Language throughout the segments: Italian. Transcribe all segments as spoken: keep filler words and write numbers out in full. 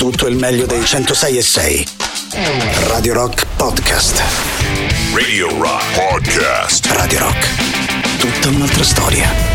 tutto il meglio dei centosei e sei. Radio Rock Podcast. Radio Rock Podcast. Radio Rock. Tutta un'altra storia.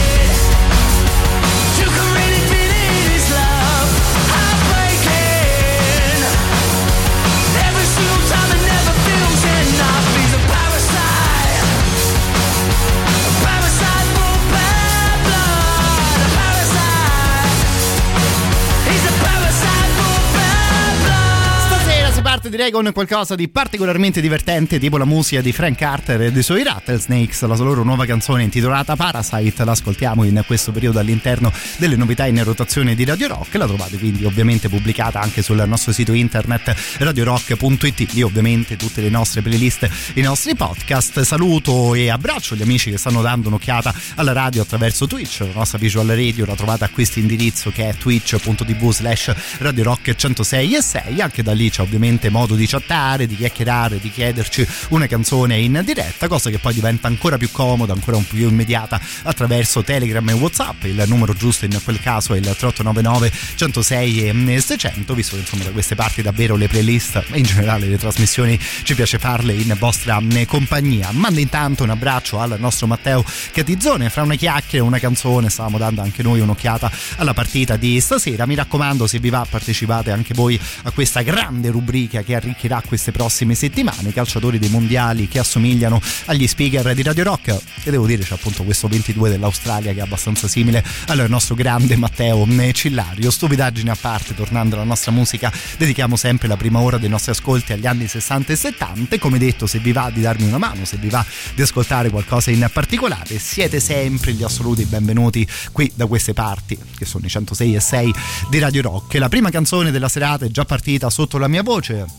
Direi con qualcosa di particolarmente divertente, tipo la musica di Frank Carter e dei suoi Rattlesnakes, la loro nuova canzone intitolata Parasite. L'ascoltiamo in questo periodo all'interno delle novità in rotazione di Radio Rock. La trovate quindi ovviamente pubblicata anche sul nostro sito internet radio rock punto it. Lì ovviamente tutte le nostre playlist, i nostri podcast. Saluto e abbraccio gli amici che stanno dando un'occhiata alla radio attraverso Twitch. La nostra visual radio la trovate a questo indirizzo che è twitch punto tv slash radio rock centosei e sei. Anche da lì c'è ovviamente modo di chattare, di chiacchierare, di chiederci una canzone in diretta, cosa che poi diventa ancora più comoda, ancora un po' più immediata attraverso Telegram e WhatsApp. Il numero giusto in quel caso è il tre otto nove nove centosei e seicento, visto che insomma da queste parti davvero le playlist e in generale le trasmissioni ci piace farle in vostra compagnia. Manda intanto un abbraccio al nostro Matteo Catizzone. Fra una chiacchiera e una canzone stavamo dando anche noi un'occhiata alla partita di stasera. Mi raccomando, se vi va partecipate anche voi a questa grande rubrica che arricchirà queste prossime settimane, calciatori dei mondiali che assomigliano agli speaker di Radio Rock. E devo dire c'è appunto questo ventidue dell'Australia che è abbastanza simile al nostro grande Matteo Cillario. Stupidaggine a parte, tornando alla nostra musica, dedichiamo sempre la prima ora dei nostri ascolti agli anni sessanta e settanta. E come detto, se vi va di darmi una mano, se vi va di ascoltare qualcosa in particolare, siete sempre gli assoluti benvenuti qui da queste parti, che sono i centosei e sei di Radio Rock. La prima canzone della serata è già partita sotto la mia voce.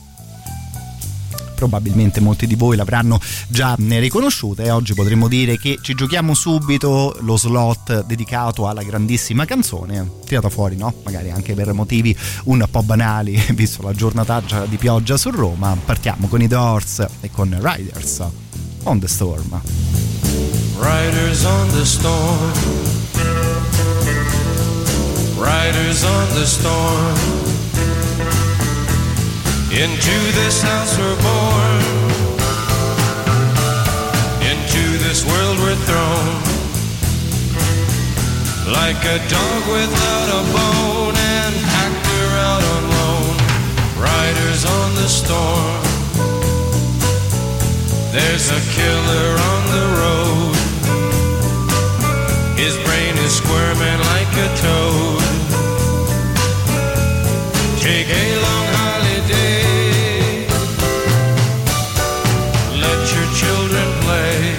Probabilmente molti di voi l'avranno già riconosciuta e oggi potremmo dire che ci giochiamo subito lo slot dedicato alla grandissima canzone, tirata fuori, no? Magari anche per motivi un po' banali, visto la giornata di pioggia su Roma. Partiamo con i Doors e con Riders on the Storm. Riders on the storm, Riders on the storm. Into this house we're born, into this world we're thrown, like a dog without a bone, an actor out on loan. Riders on the storm, there's a killer on the road, his brain is squirming like a toad. Take a long holiday, let your children play.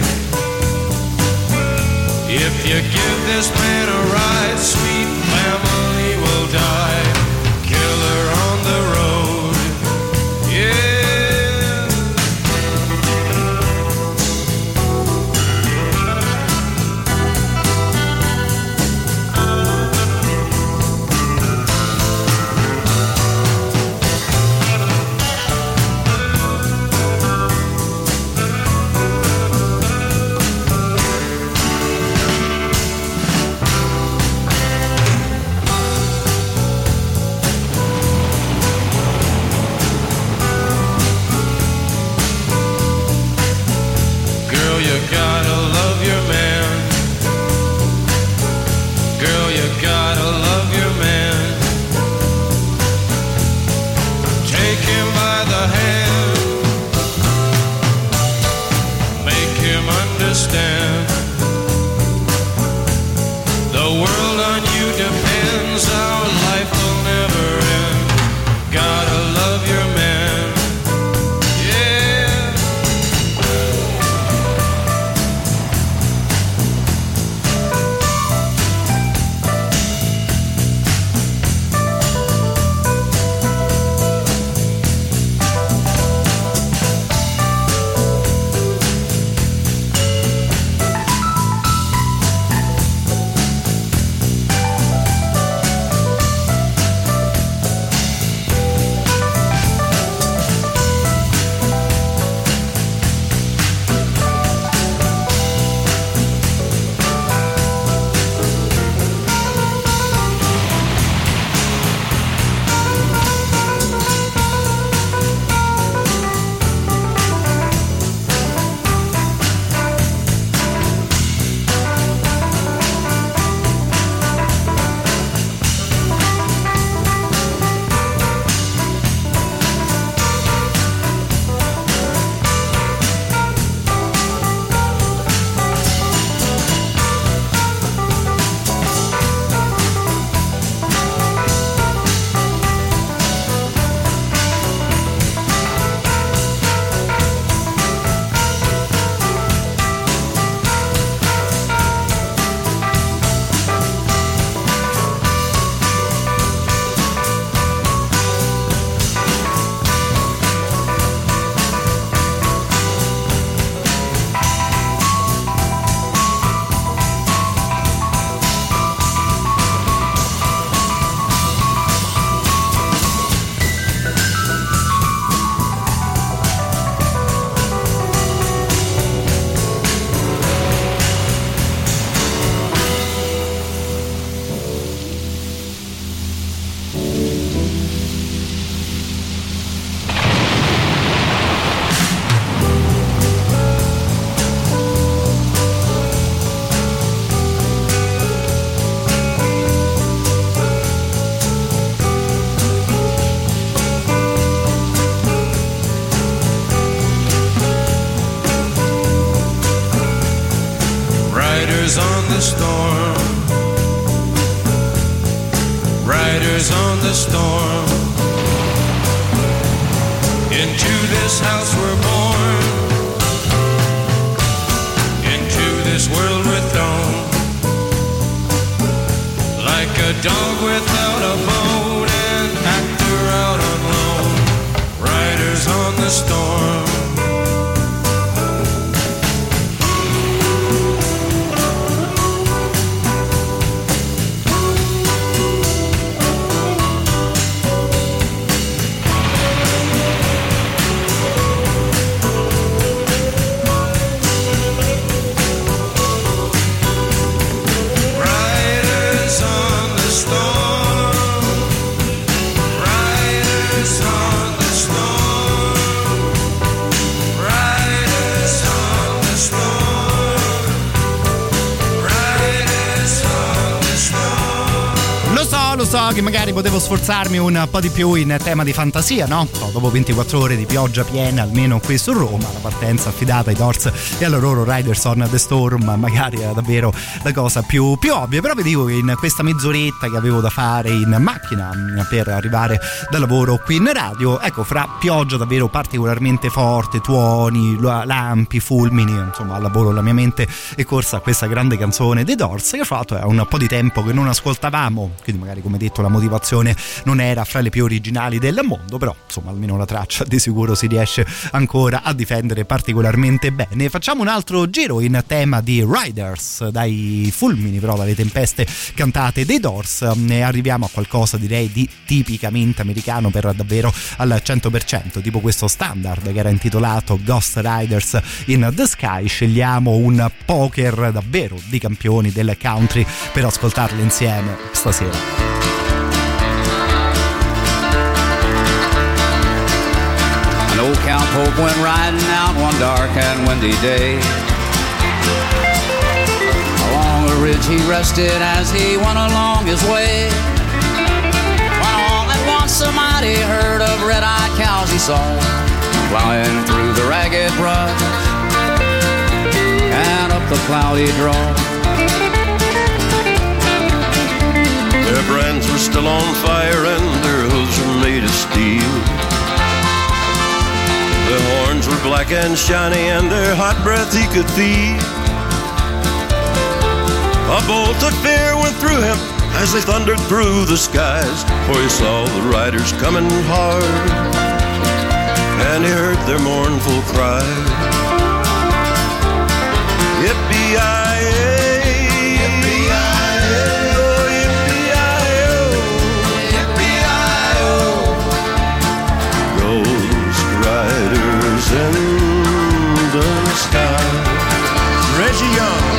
If you give this man a ride, sweet family will die. Killer on the road, yeah. storm. Into this house we're born, into this world with dawn. Like a dog without a bone, an actor out on loan, riders on the storm. Lo so che magari potevo sforzarmi un po' di più in tema di fantasia, no? So, dopo ventiquattro ore di pioggia piena, almeno qui su Roma, la partenza affidata ai Doors e alla loro Riders on the Storm magari era davvero la cosa più, più ovvia. Però vi dico che in questa mezz'oretta che avevo da fare in macchina per arrivare da lavoro qui in radio, ecco, fra pioggia davvero particolarmente forte, tuoni, lampi, fulmini, insomma al lavoro la mia mente è corsa a questa grande canzone dei Doors, che fra l'altro è un po' di tempo che non ascoltavamo, quindi magari, come detto, la motivazione non era fra le più originali del mondo, però insomma almeno la traccia di sicuro si riesce ancora a difendere particolarmente bene. Facciamo un altro giro in tema di Riders, dai fulmini però, dalle tempeste cantate dei Doors, e arriviamo a qualcosa direi di tipicamente americano per davvero al cento per cento, tipo questo standard che era intitolato Ghost Riders in the Sky. Scegliamo un poker davvero di campioni del country per ascoltarli insieme stasera. An old cowpoke went riding out one dark and windy day. Along a ridge he rested as he went along his way. When all at once a mighty herd of red-eyed cows he saw, plowing through the ragged brush and up the cloudy draw. Their brands were still on fire and their hooves were made of steel. Their horns were black and shiny and their hot breath he could feel. A bolt of fear went through him as they thundered through the skies, for he saw the riders coming hard and he heard their mournful cry. Yippee-yi-yi. In the sky. Reggie Young.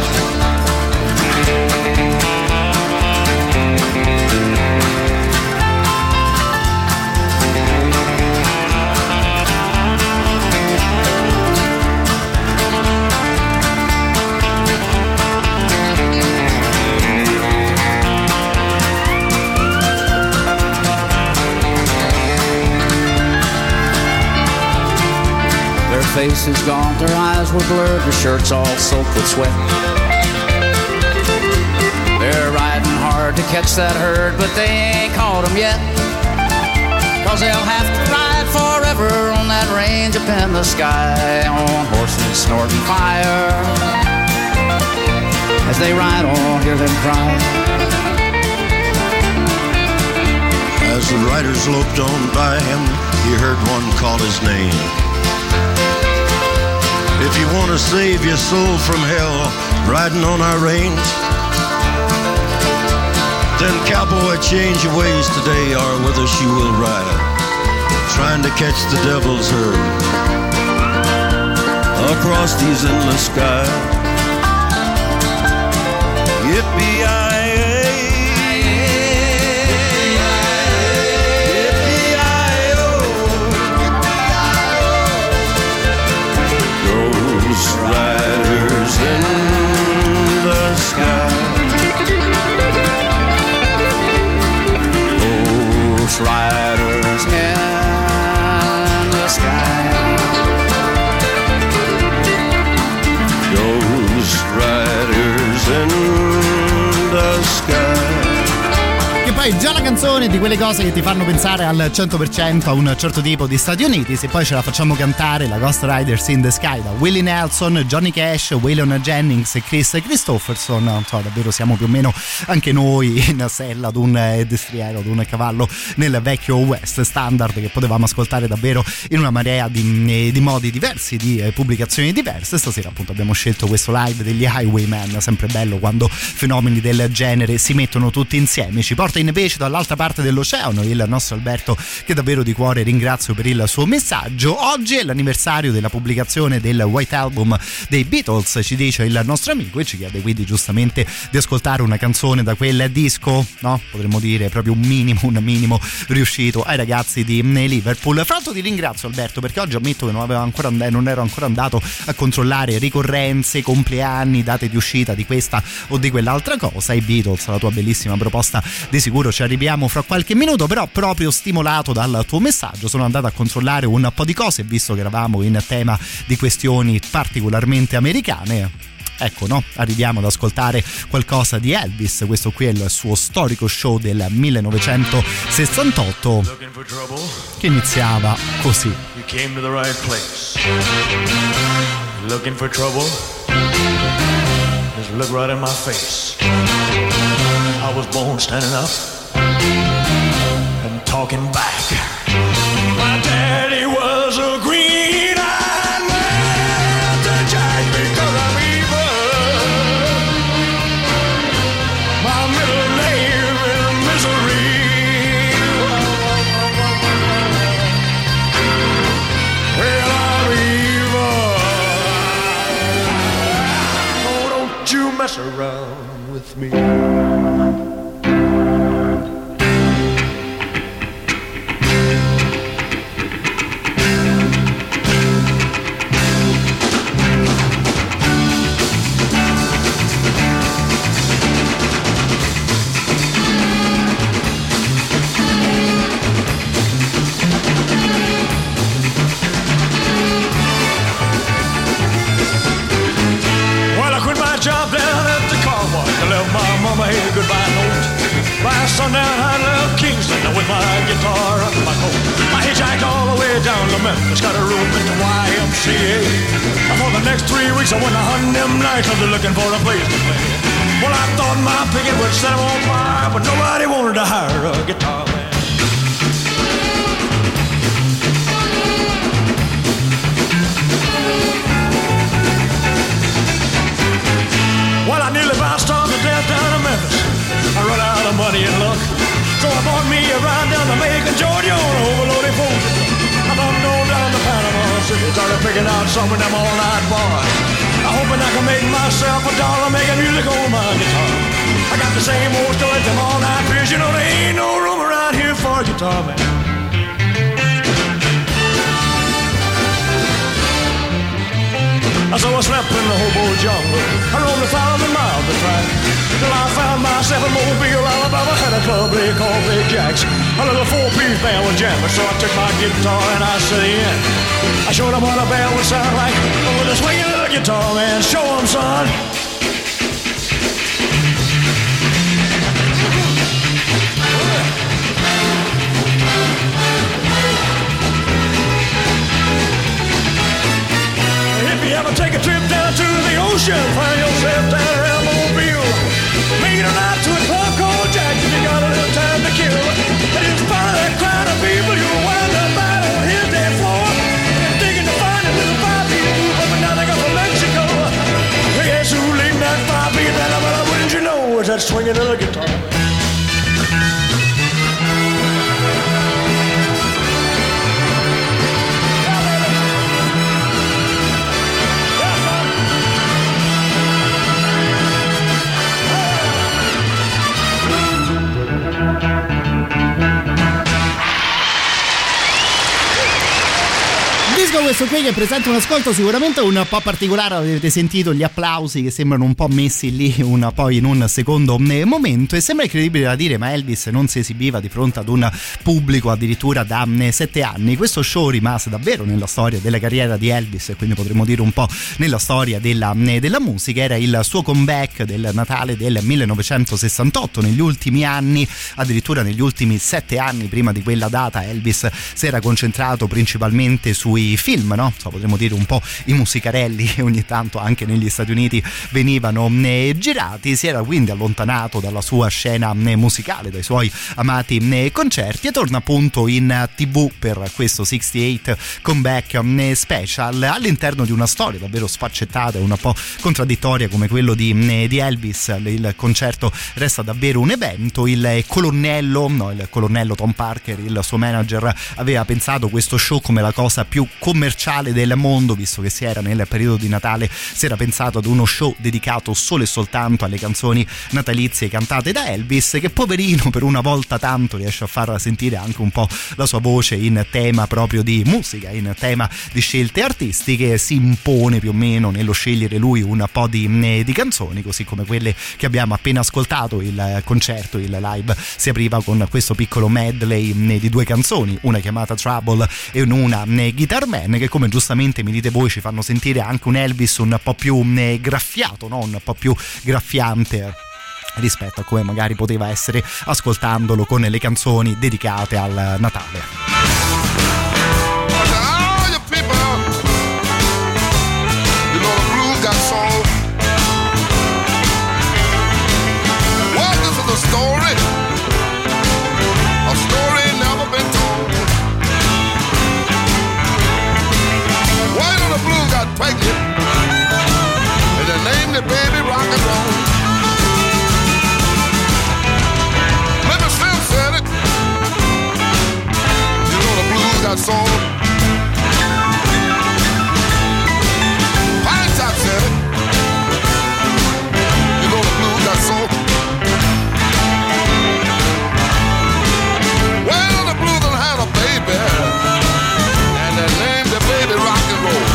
Faces gaunt, their eyes were blurred, their shirts all soaked with sweat. They're riding hard to catch that herd, but they ain't caught them yet. Cause they'll have to ride forever on that range up in the sky, on horses snorting fire. As they ride on, hear them cry. As the riders loped on by him, he heard one call his name. If you want to save your soul from hell, riding on our range, then cowboy, change your ways today, or with us you will ride, trying to catch the devil's herd across these endless skies. Yippee-yi-yi. Riders in the sky. Ghost riders in the sky. Ghost riders in the sky. Poi già la canzone di quelle cose che ti fanno pensare al cento per cento a un certo tipo di Stati Uniti. Se poi ce la facciamo cantare, la Ghost Riders in the Sky da Willie Nelson, Johnny Cash, Waylon Jennings e Chris Christopherson, non so, davvero siamo più o meno anche noi in sella ad un destriero, ad un cavallo nel vecchio West standard che potevamo ascoltare davvero in una marea di, di modi diversi, di pubblicazioni diverse. Stasera appunto abbiamo scelto questo live degli Highwaymen, sempre bello quando fenomeni del genere si mettono tutti insieme. Ci porta invece dall'altra parte dell'oceano il nostro Alberto, che davvero di cuore ringrazio per il suo messaggio. Oggi è l'anniversario della pubblicazione del White Album dei Beatles, ci dice il nostro amico, e ci chiede quindi giustamente di ascoltare una canzone da quel disco, no? Potremmo dire proprio un minimo, un minimo riuscito ai ragazzi di Liverpool. Fra l'altro ti ringrazio Alberto, perché oggi ammetto che non, avevo ancora and- non ero ancora andato a controllare ricorrenze, compleanni, date di uscita di questa o di quell'altra cosa. I Beatles, la tua bellissima proposta, di sicuro ci arriviamo fra qualche minuto, però proprio stimolato dal tuo messaggio sono andato a controllare un po' di cose, visto che eravamo in tema di questioni particolarmente americane. Ecco, no, arriviamo ad ascoltare qualcosa di Elvis. Questo qui è il suo storico show del millenovecentosessantotto, che iniziava così. You came to the right place. Looking for trouble? Just look right in my face. I was born standing up and talking back. My daddy was a green-eyed man to jack because I'm evil. My middle name is Misery. Well, I'm evil. Oh, don't you mess around with me. Job down at the car wash. I left my mama a goodbye note. By sundown I left Kingston with my guitar up my coat. I hitchhiked all the way down to Memphis, got a room at the Y M C A. For the next three weeks I went a hunting them nights, I was looking for a place to play. Well, I thought my picket would set them on fire, but nobody wanted to hire a guitar man. Well, I nearly about starved to death down in Memphis. I run out of money and luck, so I bought me a ride down to Macon, Georgia on an overloaded Ford. I thought no down to Panama City, started picking out some of them all-night bars. I'm hoping I can make myself a dollar making music on my guitar. I got the same old story, them all-night fears. You know there ain't no room around here for a guitar man. So I slept in the hobo jungle. I roamed a thousand miles to track till I found myself in Mobile, Alabama. Had a club they called Big Jack's. A little four-piece band was jamming, so I took my guitar and I set in. I showed them what a band would sound like with a swinging little guitar, man. Show them, son. If you ever take a trip down to the ocean, find yourself down around Mobile. Make it a night to a club called Jack's if you got a little time to kill. And in spite of that crowd of people, you'll wind up out on his dead floor. And digging to find a little five-beat group up and down there from Mexico. Yes, who leading that five-beat band? Well, wouldn't you know it's that swinging little guitar. Disco questo qui che presenta un ascolto sicuramente un po' particolare, avete sentito gli applausi che sembrano un po' messi lì un, poi in un secondo momento, e sembra incredibile da dire, ma Elvis non si esibiva di fronte ad un pubblico addirittura da sette anni. Questo show rimase davvero nella storia della carriera di Elvis e quindi potremmo dire un po' nella storia della, della musica. Era il suo comeback del Natale del millenovecentosessantotto. Negli ultimi anni, addirittura negli ultimi sette anni prima di quella data, Elvis si era concentrato principalmente sui film, no? So, potremmo dire un po' i musicarelli che ogni tanto anche negli Stati Uniti venivano eh, girati. Si era quindi allontanato dalla sua scena eh, musicale, dai suoi amati eh, concerti, e torna appunto in tv per questo sessantotto comeback eh, special all'interno di una storia davvero sfaccettata e un po' contraddittoria come quello di, eh, di Elvis. Il concerto resta davvero un evento. Il colonnello, no, il colonnello Tom Parker, il suo manager, aveva pensato questo show come la cosa più commerciale del mondo, visto che si era nel periodo di Natale, si era pensato ad uno show dedicato solo e soltanto alle canzoni natalizie cantate da Elvis, che poverino per una volta tanto riesce a far sentire anche un po' la sua voce in tema proprio di musica, in tema di scelte artistiche. Si impone più o meno nello scegliere lui un po' di, di canzoni, così come quelle che abbiamo appena ascoltato. Il concerto, il live, si apriva con questo piccolo medley di due canzoni, una chiamata Trouble e una Guitar Man, che come giustamente mi dite voi ci fanno sentire anche un Elvis un po' più eh, graffiato, no? Un po' più graffiante rispetto a come magari poteva essere ascoltandolo con le canzoni dedicate al Natale. Pregnant, and they named the baby rock and roll. Maybe Slim said it. You know the blues got soul. Pine Top said it. You know the blues got soul. Well, the blues done had a baby, and they named the baby rock and roll.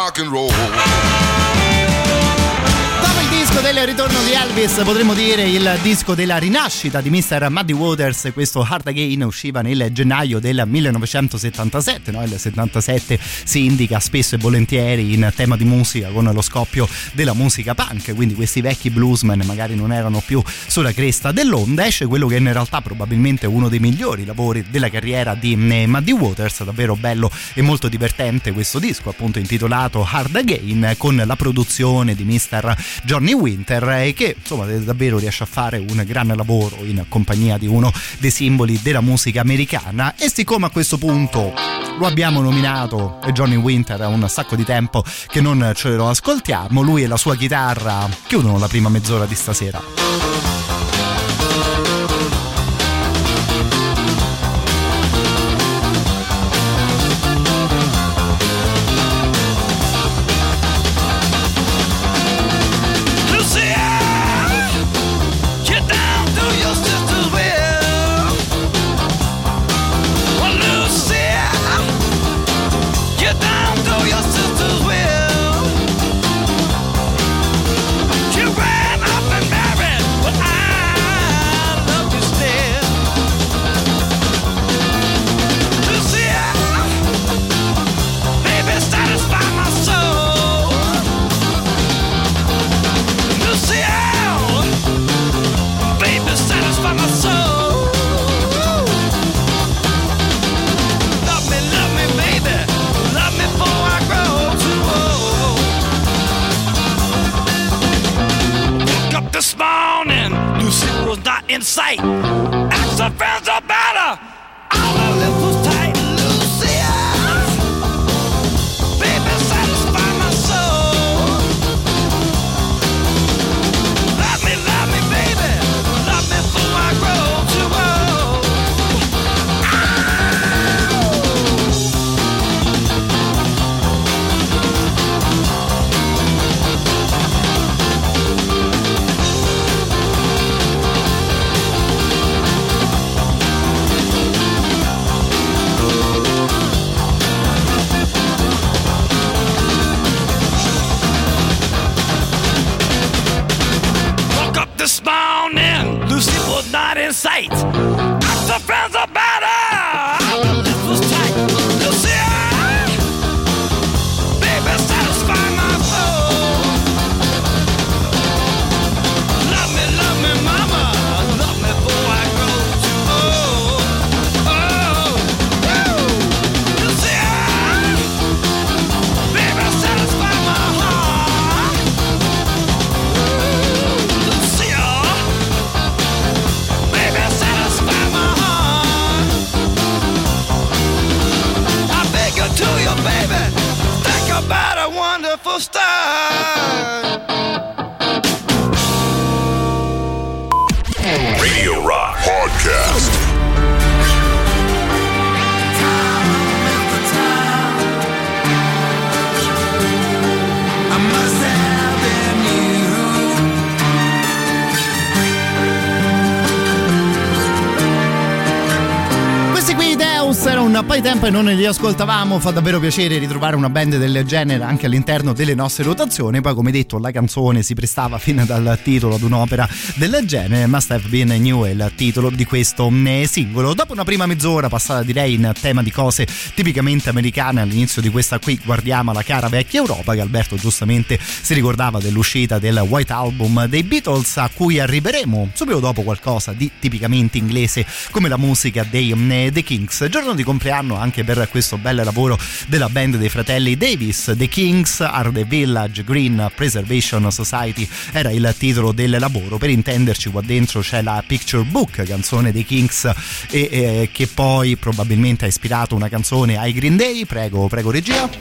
rock and roll. Del ritorno di Elvis, potremmo dire il disco della rinascita di mister Muddy Waters. Questo Hard Again usciva nel gennaio del millenovecentosettantasette, no? Il settantasette si indica spesso e volentieri in tema di musica con lo scoppio della musica punk, quindi questi vecchi bluesman magari non erano più sulla cresta dell'onda. Esce quello che in realtà probabilmente è uno dei migliori lavori della carriera di Muddy Waters, davvero bello e molto divertente questo disco, appunto intitolato Hard Again, con la produzione di mister Johnny Winter, che insomma davvero riesce a fare un gran lavoro in compagnia di uno dei simboli della musica americana. E siccome a questo punto lo abbiamo nominato e Johnny Winter ha un sacco di tempo che non ce lo ascoltiamo, lui e la sua chitarra chiudono la prima mezz'ora di stasera. In sight, ask her friends about her. All her lips was tight, Lucia. Baby, satisfy my soul. Love me, love me, baby. Love me before I grow too old. This morning, Lucy was not in sight. Asked her friends about her. Our lips was tight. Lucia, baby, satisfy my soul. Love me, love me, mama. Love me before I grow too old. Oh, oh. Lucia, baby, satisfy my heart. To you, baby, think about a wonderful star. Radio Rock Podcast. Era un po' di tempo e non li ascoltavamo, fa davvero piacere ritrovare una band del genere anche all'interno delle nostre rotazioni. Poi, come detto, la canzone si prestava fin dal titolo ad un'opera del genere. Must Have Been New è il titolo di questo singolo. Dopo una prima mezz'ora passata direi in tema di cose tipicamente americane, all'inizio di questa qui guardiamo la cara vecchia Europa, che Alberto giustamente si ricordava dell'uscita del White Album dei Beatles, a cui arriveremo subito dopo qualcosa di tipicamente inglese come la musica dei The Kings. Giorno di compleanno anche per questo bel lavoro della band dei fratelli Davis. The Kings Are the Village Green Preservation Society era il titolo del lavoro. Per intenderci, qua dentro c'è la Picture Book, canzone dei Kings, e, e, che poi probabilmente ha ispirato una canzone ai Green Day. Prego, prego regia.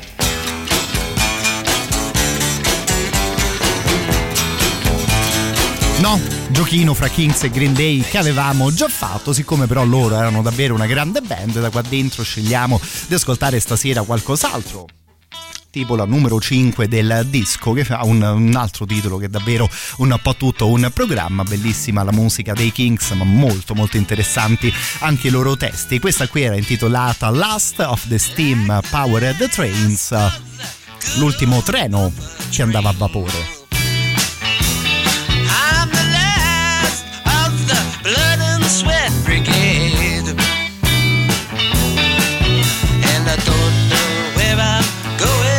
No, giochino fra Kings e Green Day che avevamo già fatto. Siccome però loro erano davvero una grande band, da qua dentro scegliamo di ascoltare stasera qualcos'altro, tipo la numero cinque del disco, che ha un, un altro titolo che è davvero un po' tutto un programma. Bellissima la musica dei Kings, ma molto molto interessanti anche i loro testi. Questa qui era intitolata Last of the Steam Powered Trains, l'ultimo treno che andava a vapore. I'm the last of the blood and sweat brigade, and I don't know where I'm going.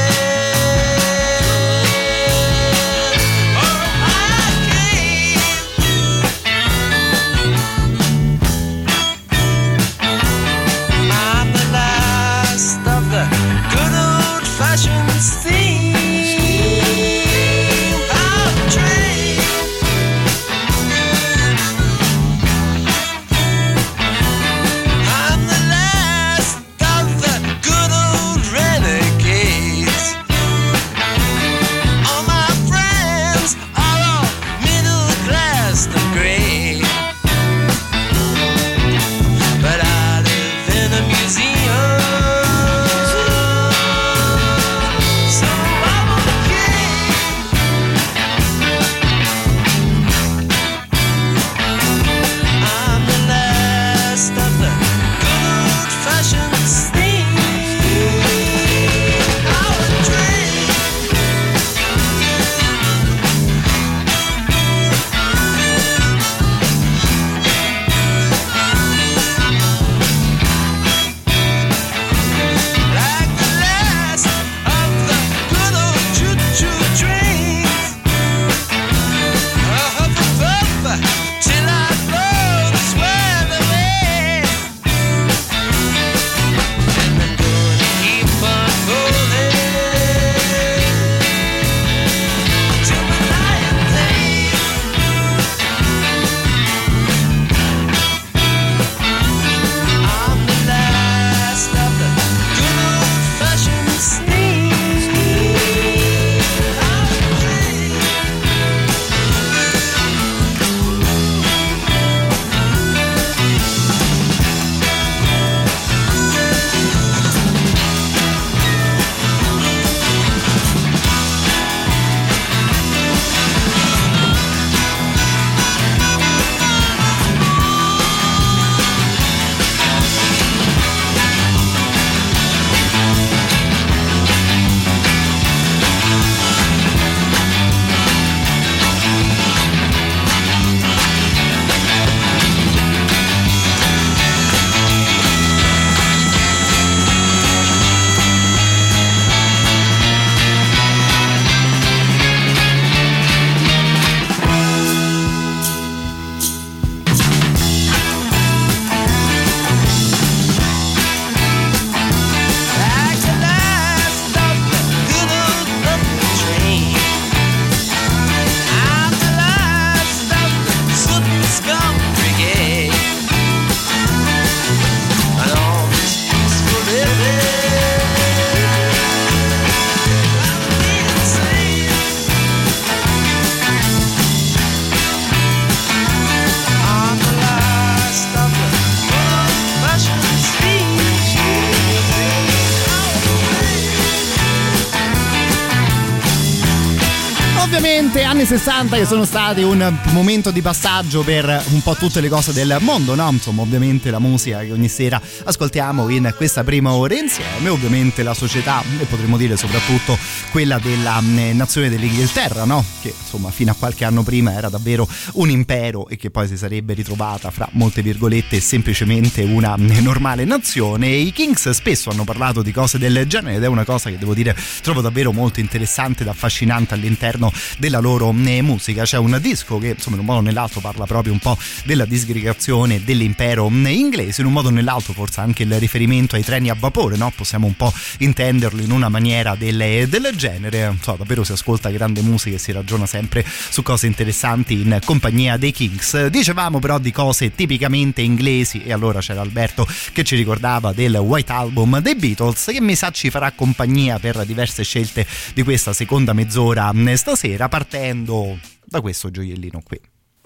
Anni sessanta che sono stati un momento di passaggio per un po' tutte le cose del mondo, no? Insomma, ovviamente la musica che ogni sera ascoltiamo in questa prima ora insieme, ovviamente la società e potremmo dire soprattutto quella della nazione dell'Inghilterra, no? Che insomma fino a qualche anno prima era davvero un impero e che poi si sarebbe ritrovata fra molte virgolette semplicemente una normale nazione. E i Kings spesso hanno parlato di cose del genere ed è una cosa che devo dire trovo davvero molto interessante ed affascinante all'interno della loro musica. C'è un disco che insomma in un modo o nell'altro parla proprio un po' della disgregazione dell'impero inglese, in un modo o nell'altro forse anche il riferimento ai treni a vapore, no? Possiamo un po' intenderlo in una maniera del, del genere. So, davvero si ascolta grande musica e si ragiona sempre su cose interessanti in compagnia dei Kings. Dicevamo però di cose tipicamente inglesi e allora c'era Alberto che ci ricordava del White Album dei Beatles, che mi sa ci farà compagnia per diverse scelte di questa seconda mezz'ora stasera, partendo da questo gioiellino qui.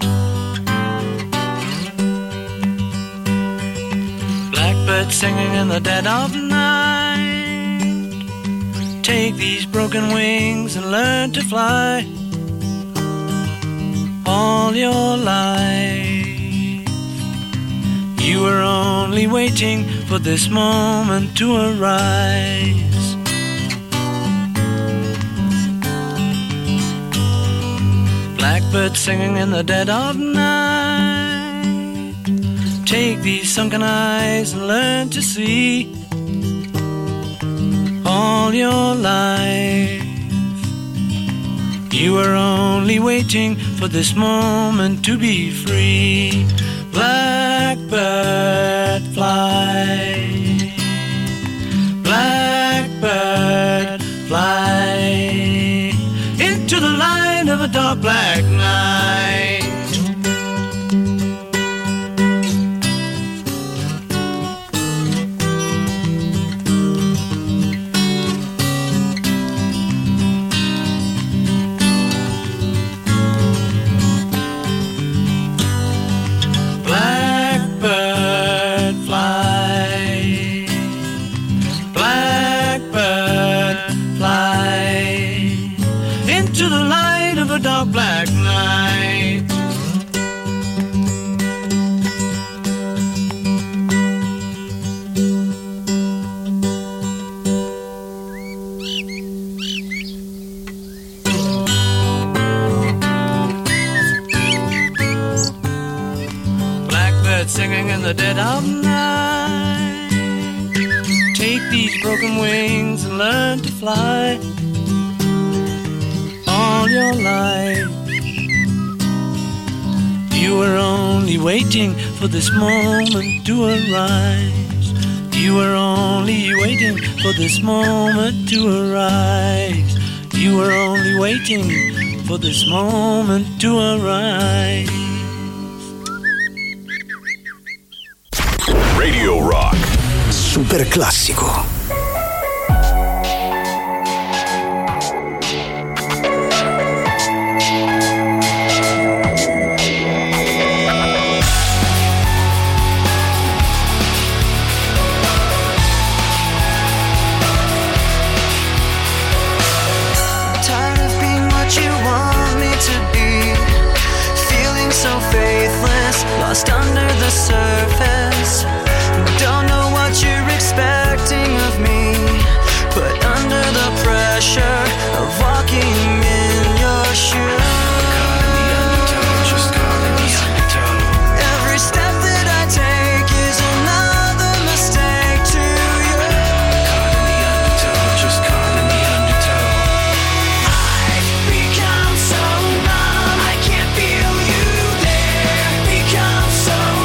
Blackbird singing in the dead of night, take these broken wings and learn to fly. All your life you were only waiting for this moment to arise. Blackbird singing in the dead of night. Take these sunken eyes and learn to see. All your life you were only waiting for this moment to be free. Blackbird fly, blackbird fly into the light of a dark black night. Blackbird fly, blackbird fly into the light of a dark black night. Blackbird singing in the dead of night. Take these broken wings and learn to fly. All your life you were only waiting for this moment to arise. You were only waiting for this moment to arise. You were only waiting for this moment to arise. Radio Rock. Super classico. Lost under the surface. Don't know what you're expecting of me. Put under the pressure of walking in your shoes. Caught in the undertow, just caught in the undertow. Every step that I take is another mistake to you. Caught in the undertow, just caught in the undertow. I've become so numb, I can't feel you there. Become so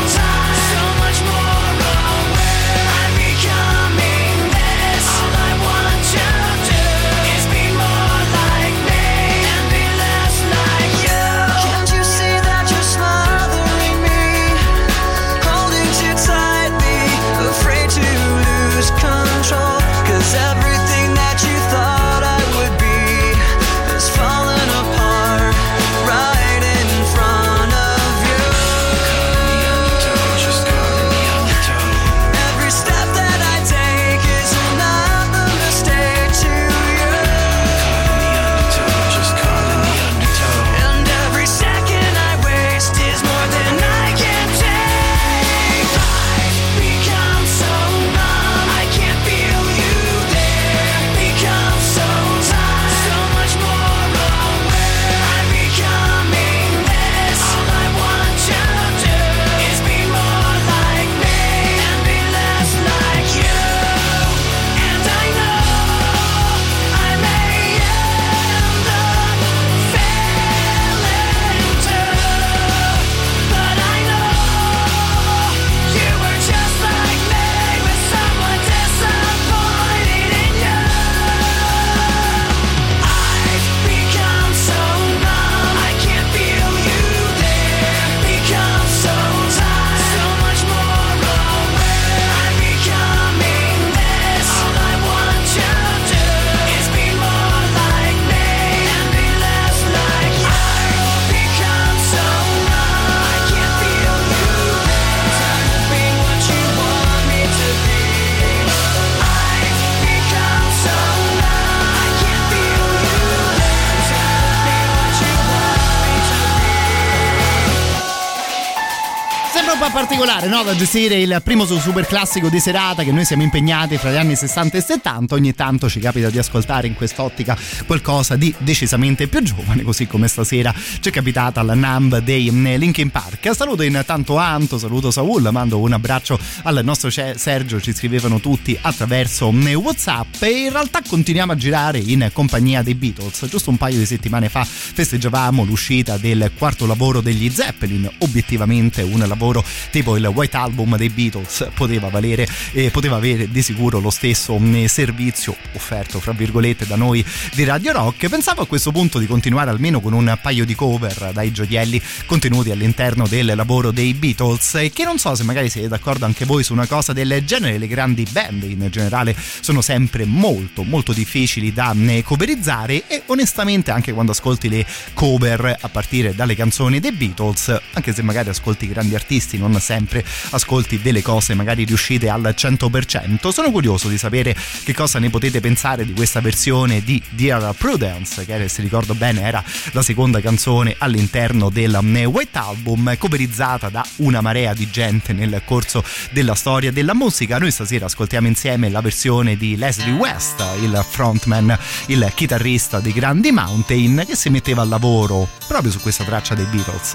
po' particolare, no? Da gestire il primo super classico di serata che noi siamo impegnati fra gli anni sessanta e settanta. Ogni tanto ci capita di ascoltare in quest'ottica qualcosa di decisamente più giovane, così come stasera ci è capitata la Numb dei Linkin Park. Saluto intanto Anto, saluto Saul, mando un abbraccio al nostro Sergio, ci scrivevano tutti attraverso WhatsApp e in realtà continuiamo a girare in compagnia dei Beatles. Giusto un paio di settimane fa festeggiavamo l'uscita del quarto lavoro degli Zeppelin, obiettivamente un lavoro tipo il White Album dei Beatles poteva valere e poteva avere di sicuro lo stesso servizio offerto fra virgolette da noi di Radio Rock. Pensavo a questo punto di continuare almeno con un paio di cover dai gioielli contenuti all'interno del lavoro dei Beatles, e che non so se magari siete d'accordo anche voi su una cosa del genere. Le grandi band in generale sono sempre molto molto difficili da coverizzare e onestamente anche quando ascolti le cover a partire dalle canzoni dei Beatles, anche se magari ascolti grandi artisti, non sempre ascolti delle cose magari riuscite al cento per cento. Sono curioso di sapere che cosa ne potete pensare di questa versione di Dear Prudence, che se ricordo bene era la seconda canzone all'interno del White Album, coverizzata da una marea di gente nel corso della storia della musica. Noi stasera ascoltiamo insieme la versione di Leslie West, il frontman, il chitarrista dei Grandi Mountain, che si metteva al lavoro proprio su questa traccia dei Beatles.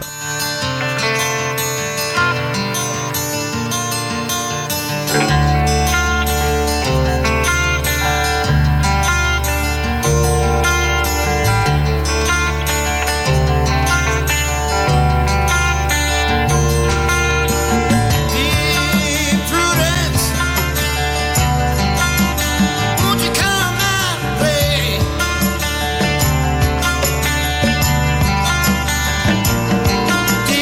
Dear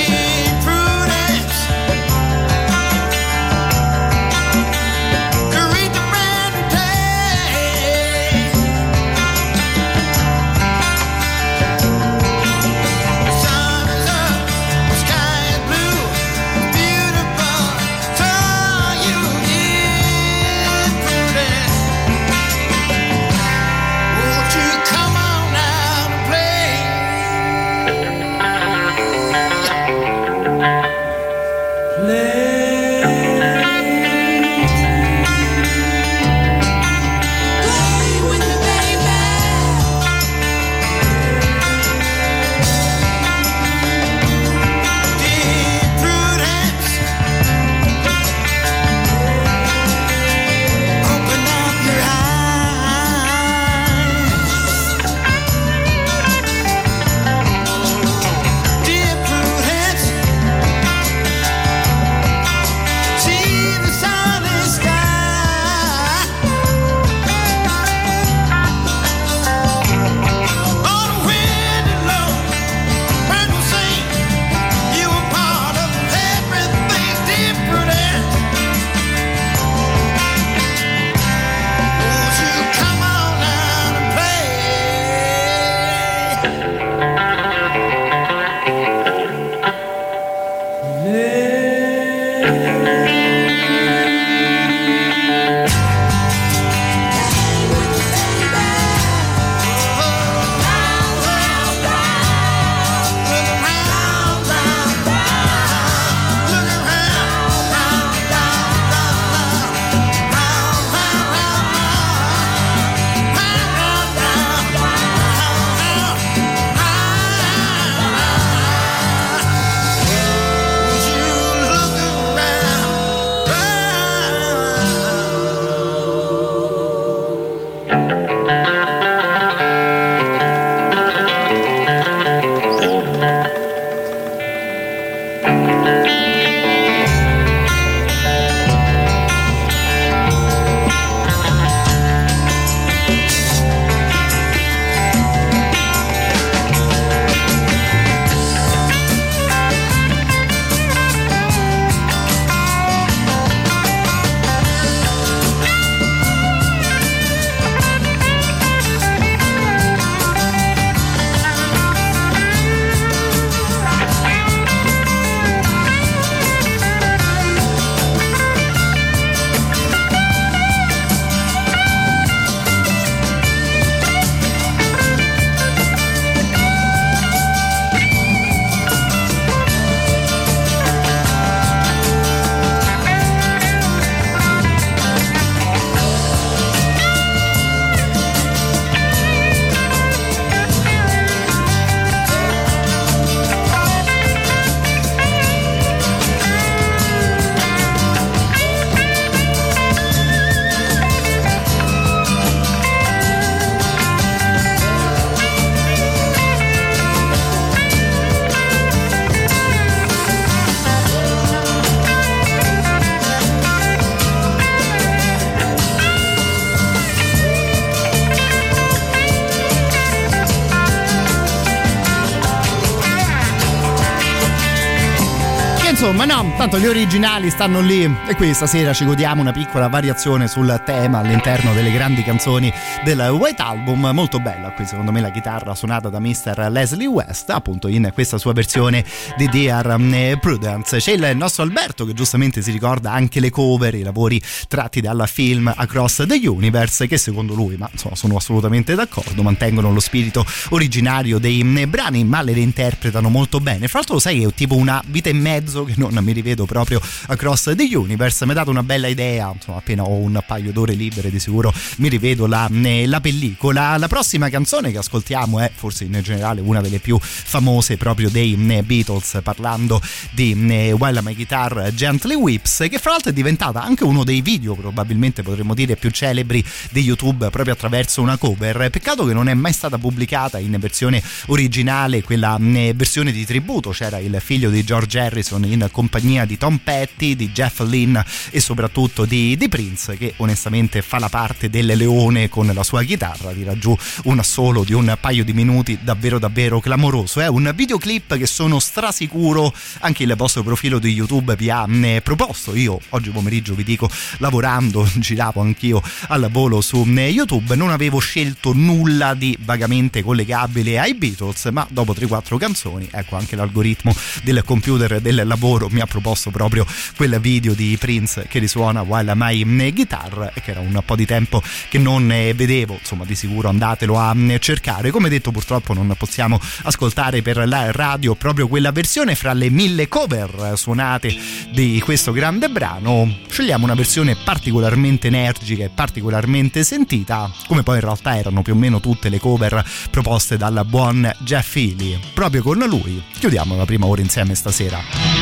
insomma no, tanto gli originali stanno lì e qui stasera ci godiamo una piccola variazione sul tema all'interno delle grandi canzoni del White Album, molto bella qui secondo me la chitarra suonata da mister Leslie West appunto in questa sua versione di Dear Prudence. C'è il nostro Alberto che giustamente si ricorda anche le cover, i lavori tratti dal film Across the Universe, che secondo lui, ma insomma sono assolutamente d'accordo, mantengono lo spirito originario dei brani ma le reinterpretano molto bene. Fra l'altro lo sai che è tipo una vita e mezzo che non mi rivedo proprio Across the Universe, mi ha dato una bella idea, insomma appena ho un paio d'ore libere di sicuro mi rivedo la, la pellicola. La prossima canzone che ascoltiamo è forse in generale una delle più famose proprio dei Beatles, parlando di While My Guitar Gently Weeps, che fra l'altro è diventata anche uno dei video probabilmente potremmo dire più celebri di YouTube proprio attraverso una cover. Peccato che non è mai stata pubblicata in versione originale quella versione di tributo, c'era il figlio di George Harrison in compagnia di Tom Petty, di Jeff Lynne e soprattutto di, di Prince, che onestamente fa la parte del leone con la sua chitarra, tira giù un assolo di un paio di minuti davvero davvero clamoroso. È un videoclip che sono strasicuro anche il vostro profilo di YouTube vi ha proposto. Io oggi pomeriggio vi dico lavorando giravo anch'io al volo su YouTube, non avevo scelto nulla di vagamente collegabile ai Beatles, ma dopo tre quattro canzoni ecco anche l'algoritmo del computer del lavoro mi ha proposto proprio quel video di Prince che risuona While My Guitar, che era un po' di tempo che non vedevo, insomma di sicuro andatelo a cercare. Come detto purtroppo non possiamo ascoltare per la radio proprio quella versione fra le mille cover suonate di questo grande brano, scegliamo una versione particolarmente energica e particolarmente sentita, come poi in realtà erano più o meno tutte le cover proposte dal buon Jeff Healey. Proprio con lui chiudiamo la prima ora insieme stasera.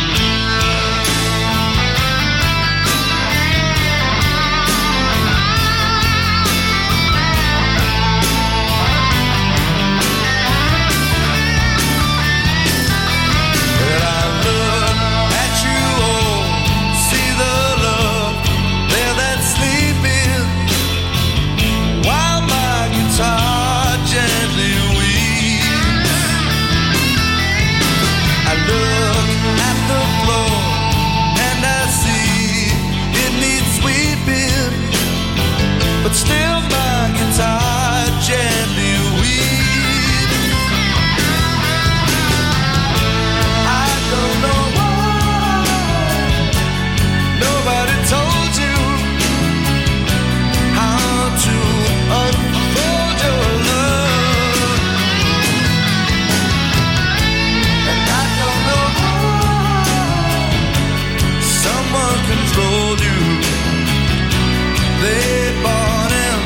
But still my guitar gently weeps. I don't know why nobody told you how to unfold your love, and I don't know why someone controlled you. They bought and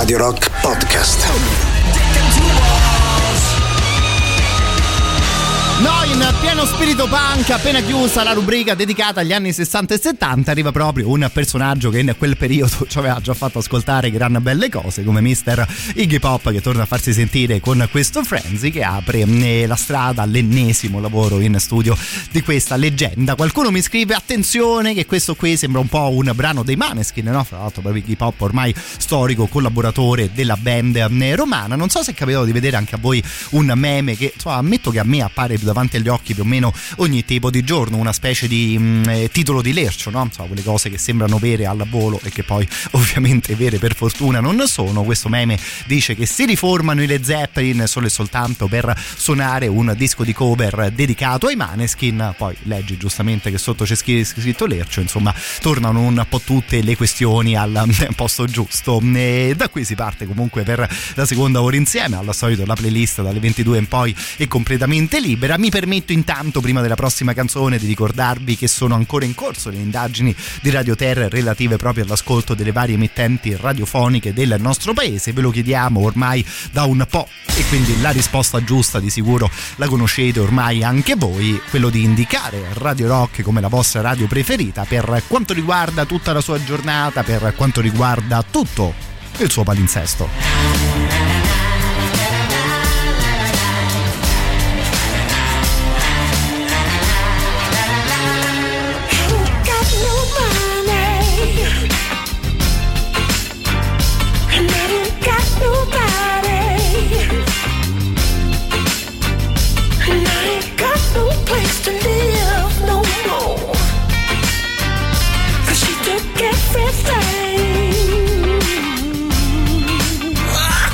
Radio Rock Podcast. No, in pieno spirito punk, appena chiusa la rubrica dedicata agli anni sessanta e settanta, arriva proprio un personaggio che in quel periodo ci aveva già fatto ascoltare gran belle cose, come mister Iggy Pop, che torna a farsi sentire con questo Frenzy, che apre la strada all'ennesimo lavoro in studio di questa leggenda. Qualcuno mi scrive: attenzione che questo qui sembra un po' un brano dei Maneskin, no? Fra l'altro proprio Iggy Pop, ormai storico collaboratore della band romana. Non so se è capitato di vedere anche a voi un meme che, insomma, ammetto che a me appare davanti agli occhi più o meno ogni tipo di giorno, una specie di mh, titolo di lercio, no? Insomma, quelle cose che sembrano vere al volo e che poi ovviamente vere per fortuna non sono. Questo meme dice che si riformano i Led Zeppelin solo e soltanto per suonare un disco di cover dedicato ai Maneskin. Poi leggi giustamente che sotto c'è scritto lercio, insomma tornano un po' tutte le questioni al posto giusto. E da qui si parte comunque per la seconda ora insieme. Al solito la playlist dalle ventidue in poi è completamente libera. Mi permetto intanto, prima della prossima canzone, di ricordarvi che sono ancora in corso le indagini di Radio Terra relative proprio all'ascolto delle varie emittenti radiofoniche del nostro paese. Ve lo chiediamo ormai da un po' e quindi la risposta giusta di sicuro la conoscete ormai anche voi, quello di indicare Radio Rock come la vostra radio preferita per quanto riguarda tutta la sua giornata, per quanto riguarda tutto il suo palinsesto. Everything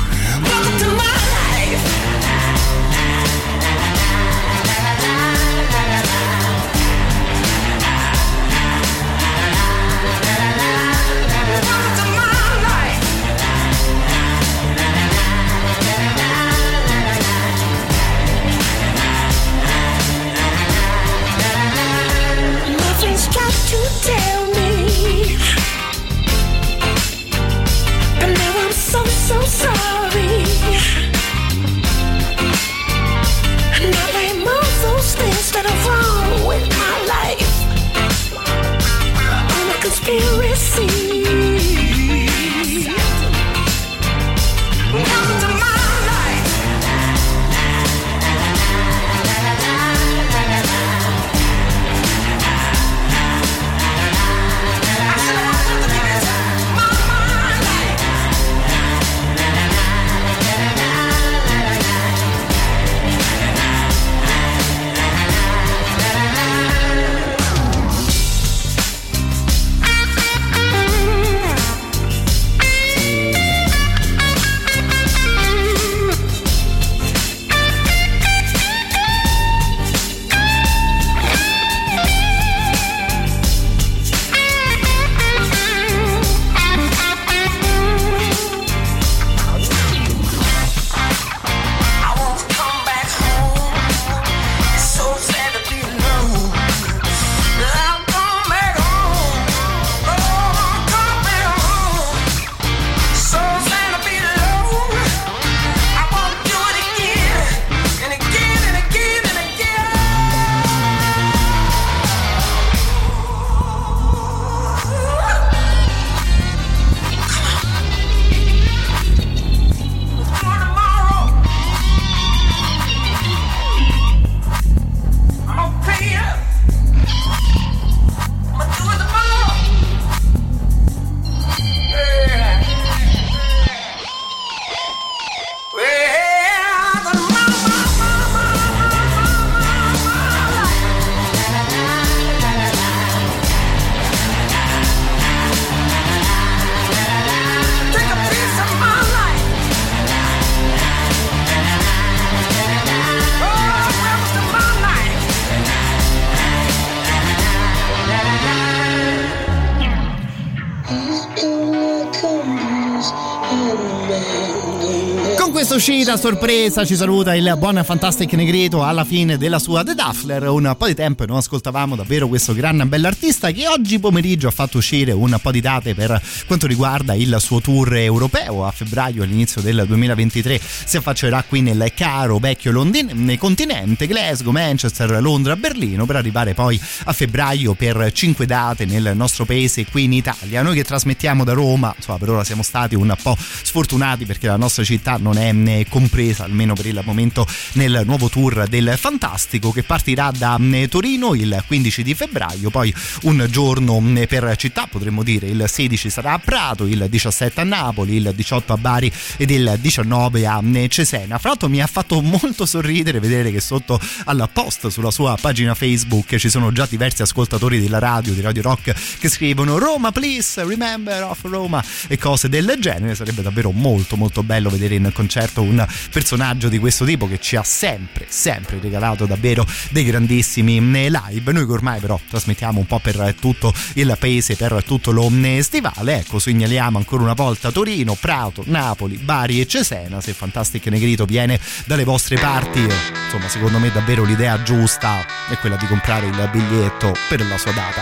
questa uscita a sorpresa ci saluta il buon Fantastic Negrito alla fine della sua The Duffler. Un po' di tempo e non ascoltavamo davvero questo gran bell'artista che oggi pomeriggio ha fatto uscire un po' di date per quanto riguarda il suo tour europeo. A febbraio, all'inizio del duemilaventitré, si affaccerà qui nel caro vecchio Londin, nel continente, Glasgow, Manchester, Londra, Berlino, per arrivare poi a febbraio per cinque date nel nostro paese qui in Italia. Noi che trasmettiamo da Roma, insomma, per ora siamo stati un po' sfortunati perché la nostra città non è compresa, almeno per il momento, nel nuovo tour del Fantastico, che partirà da Torino il quindici di febbraio, poi un giorno per città, potremmo dire il sedici sarà a Prato, il diciassette a Napoli, il diciotto a Bari ed il diciannove a Cesena. Fra l'altro mi ha fatto molto sorridere vedere che sotto al post sulla sua pagina Facebook ci sono già diversi ascoltatori della radio, di Radio Rock, che scrivono Roma please, remember of Roma e cose del genere. Sarebbe davvero molto molto bello vedere in concerto un personaggio di questo tipo che ci ha sempre sempre regalato davvero dei grandissimi live. Noi che ormai però trasmettiamo un po' per tutto il paese, per tutto lo stivale, ecco, segnaliamo ancora una volta Torino, Prato, Napoli, Bari e Cesena. Se Fantastic Negrito viene dalle vostre parti, insomma, secondo me davvero l'idea giusta è quella di comprare il biglietto per la sua data.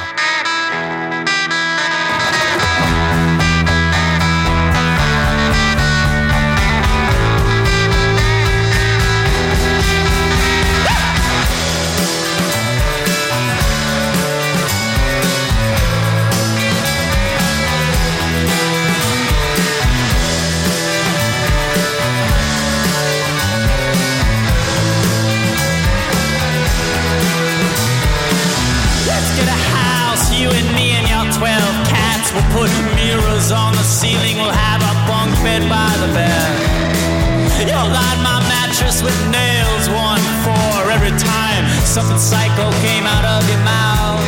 We'll put mirrors on the ceiling, we'll have a bunk bed by the bed. You'll line my mattress with nails, one for every time something psycho came out of your mouth.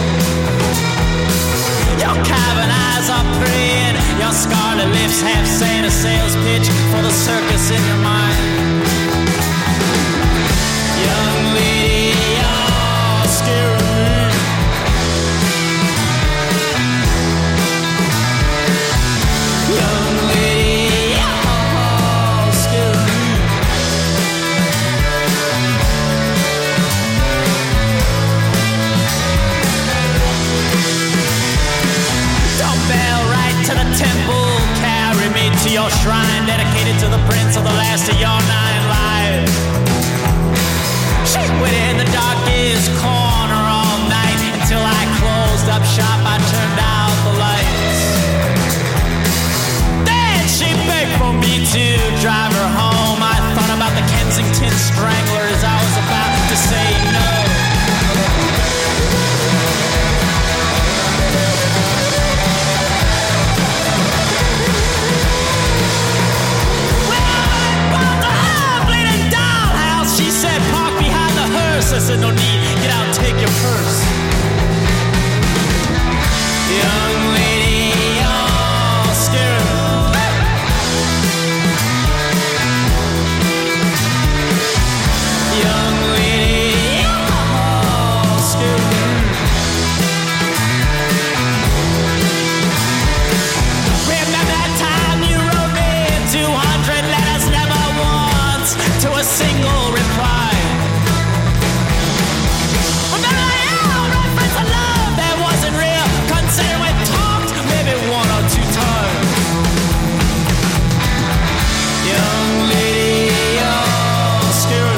Your cavern eyes are praying, your scarlet lips half saying a sales pitch for the circus in your mind. Young lady, you're scaring me. Young lady, you're scaring me. Dumbbell right to the temple, carry me to your shrine, dedicated to the prince of the last of your nine lives. She waited in the darkest corner all night until I closed up shop, I turned out the lights. Then she begged for me to drive her home. I thought about the Kensington Stranglers, I was about to say no. She said, park behind the hearse. I said, no need, get out, take your purse. Young lady, you're scared. Young lady, you're scared. Remember that time you wrote me two hundred letters, never once to a single reply. Remember our reference to love that wasn't real, considering we talked maybe one or two times. Young lady, you're scared.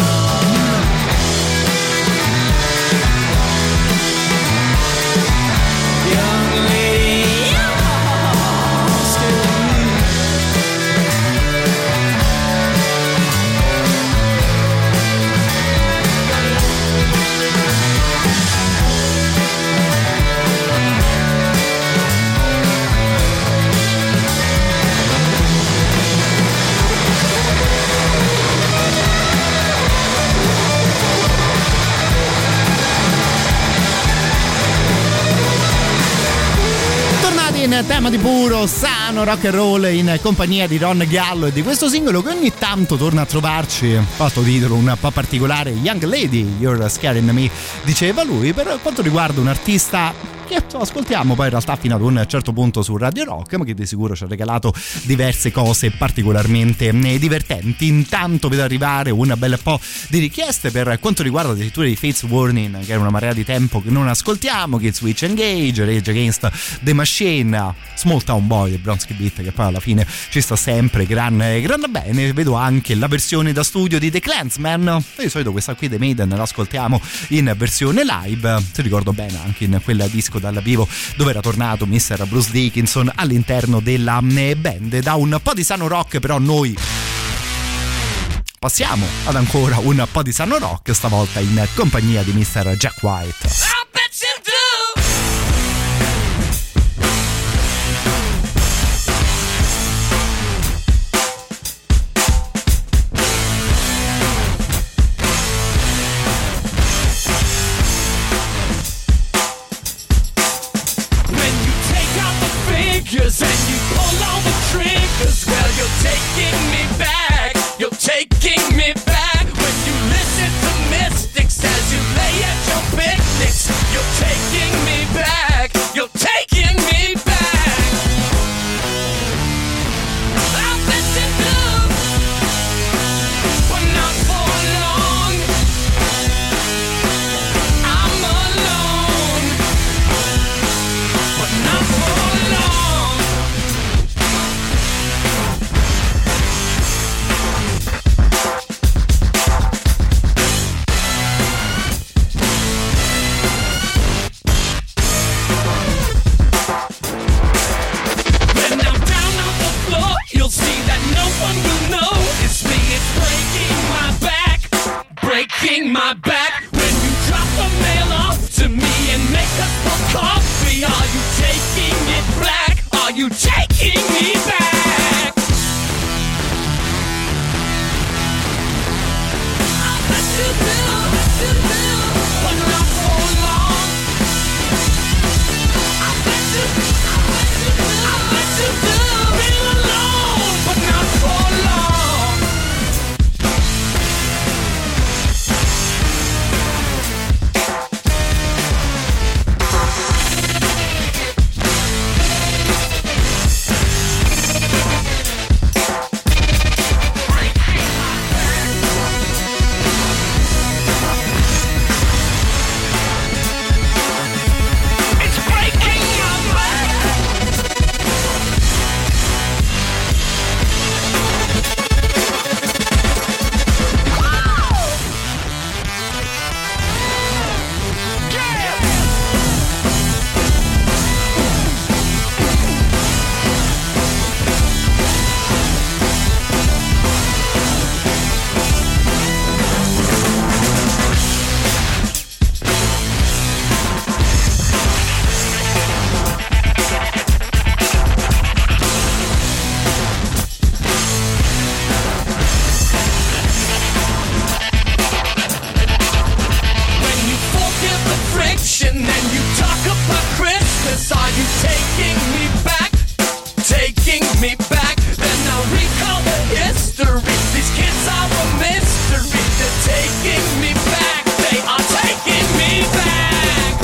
Young lady, you're scared. Tornati in tema di puro sano rock and roll in compagnia di Ron Gallo e di questo singolo che ogni tanto torna a trovarci, fatto titolo un po' particolare, Young Lady, You're Scaring Me, diceva lui. Per quanto riguarda un artista che ascoltiamo poi in realtà fino ad un certo punto su Radio Rock, ma che di sicuro ci ha regalato diverse cose particolarmente divertenti. Intanto vedo arrivare un bel po' di richieste per quanto riguarda addirittura i Fates Warning, che era una marea di tempo che non ascoltiamo, che Switch Engage, Rage Against the Machine, Small Town Boy del Bronski Beat, che poi alla fine ci sta sempre gran, gran bene. Vedo anche la versione da studio di The Clansman, di solito questa qui The Maiden l'ascoltiamo in versione live, se ricordo bene anche in quel disco dal vivo dove era tornato mister Bruce Dickinson all'interno della band. Da un po' di sano rock però noi passiamo ad ancora un po' di sano rock, stavolta in compagnia di mister Jack White. And you pull all the triggers, well, you're taking me back, you're taking me back. When you listen to mystics as you lay at your picnics, you're taking me back, you're taking me back. I'll let you do, but not for long. I'm alone, but not for long. You'll see that no one will know it's me. It's breaking my back, breaking my back. When you drop the mail off to me and make us for coffee, are you taking it back? Are you taking me back? I'll let you do, let you do, but not for long. I'll let you, I'll let you do, I'll let you do. Feel alone, but not for long. It's breaking my back. When you forgive the friction and you talk about Christmas, are you taking me back? Taking me back? Then I'll recall the history. These kids are a mystery. They're taking me back. They are taking me back.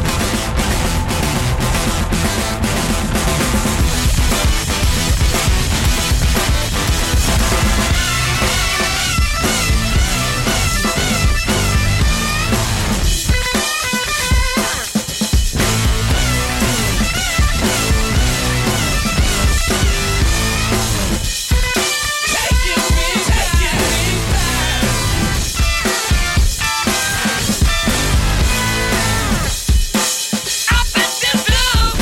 Taking me, taking me back. I bet you do.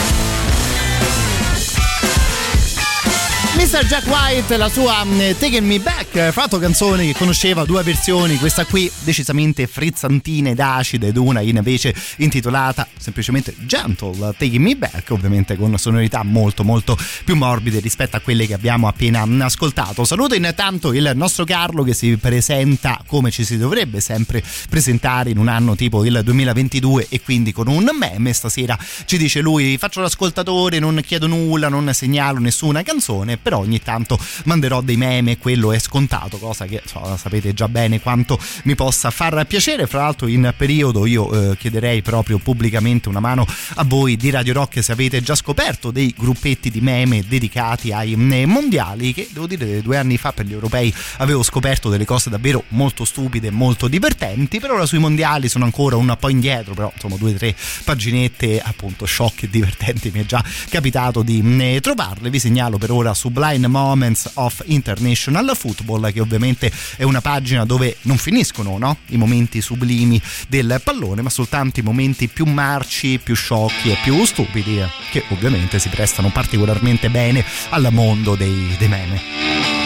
mister Jack White, la sua um, Taking Me Back, fatto canzone che conosceva due versioni, questa qui decisamente frizzantina ed acida ed una invece intitolata semplicemente Gentle Taking Me Back, ovviamente con sonorità molto molto più morbide rispetto a quelle che abbiamo appena ascoltato. Saluto intanto il nostro Carlo che si presenta come ci si dovrebbe sempre presentare in un anno tipo il duemilaventidue e quindi con un meme. Stasera ci dice lui: faccio l'ascoltatore, non chiedo nulla, non segnalo nessuna canzone, però ogni ogni tanto manderò dei meme, quello è scontato, cosa che insomma, sapete già bene quanto mi possa far piacere. Fra l'altro in periodo io eh, chiederei proprio pubblicamente una mano a voi di Radio Rock se avete già scoperto dei gruppetti di meme dedicati ai eh, mondiali, che devo dire due anni fa per gli europei avevo scoperto delle cose davvero molto stupide, molto divertenti. Per ora sui mondiali sono ancora un po' indietro, però insomma due o tre paginette appunto shock e divertenti mi è già capitato di eh, trovarle. Vi segnalo per ora Sublime Moments of International Football, che ovviamente è una pagina dove non finiscono, no? I momenti sublimi del pallone, ma soltanto i momenti più marci, più sciocchi e più stupidi, eh, che ovviamente si prestano particolarmente bene al mondo dei, dei meme.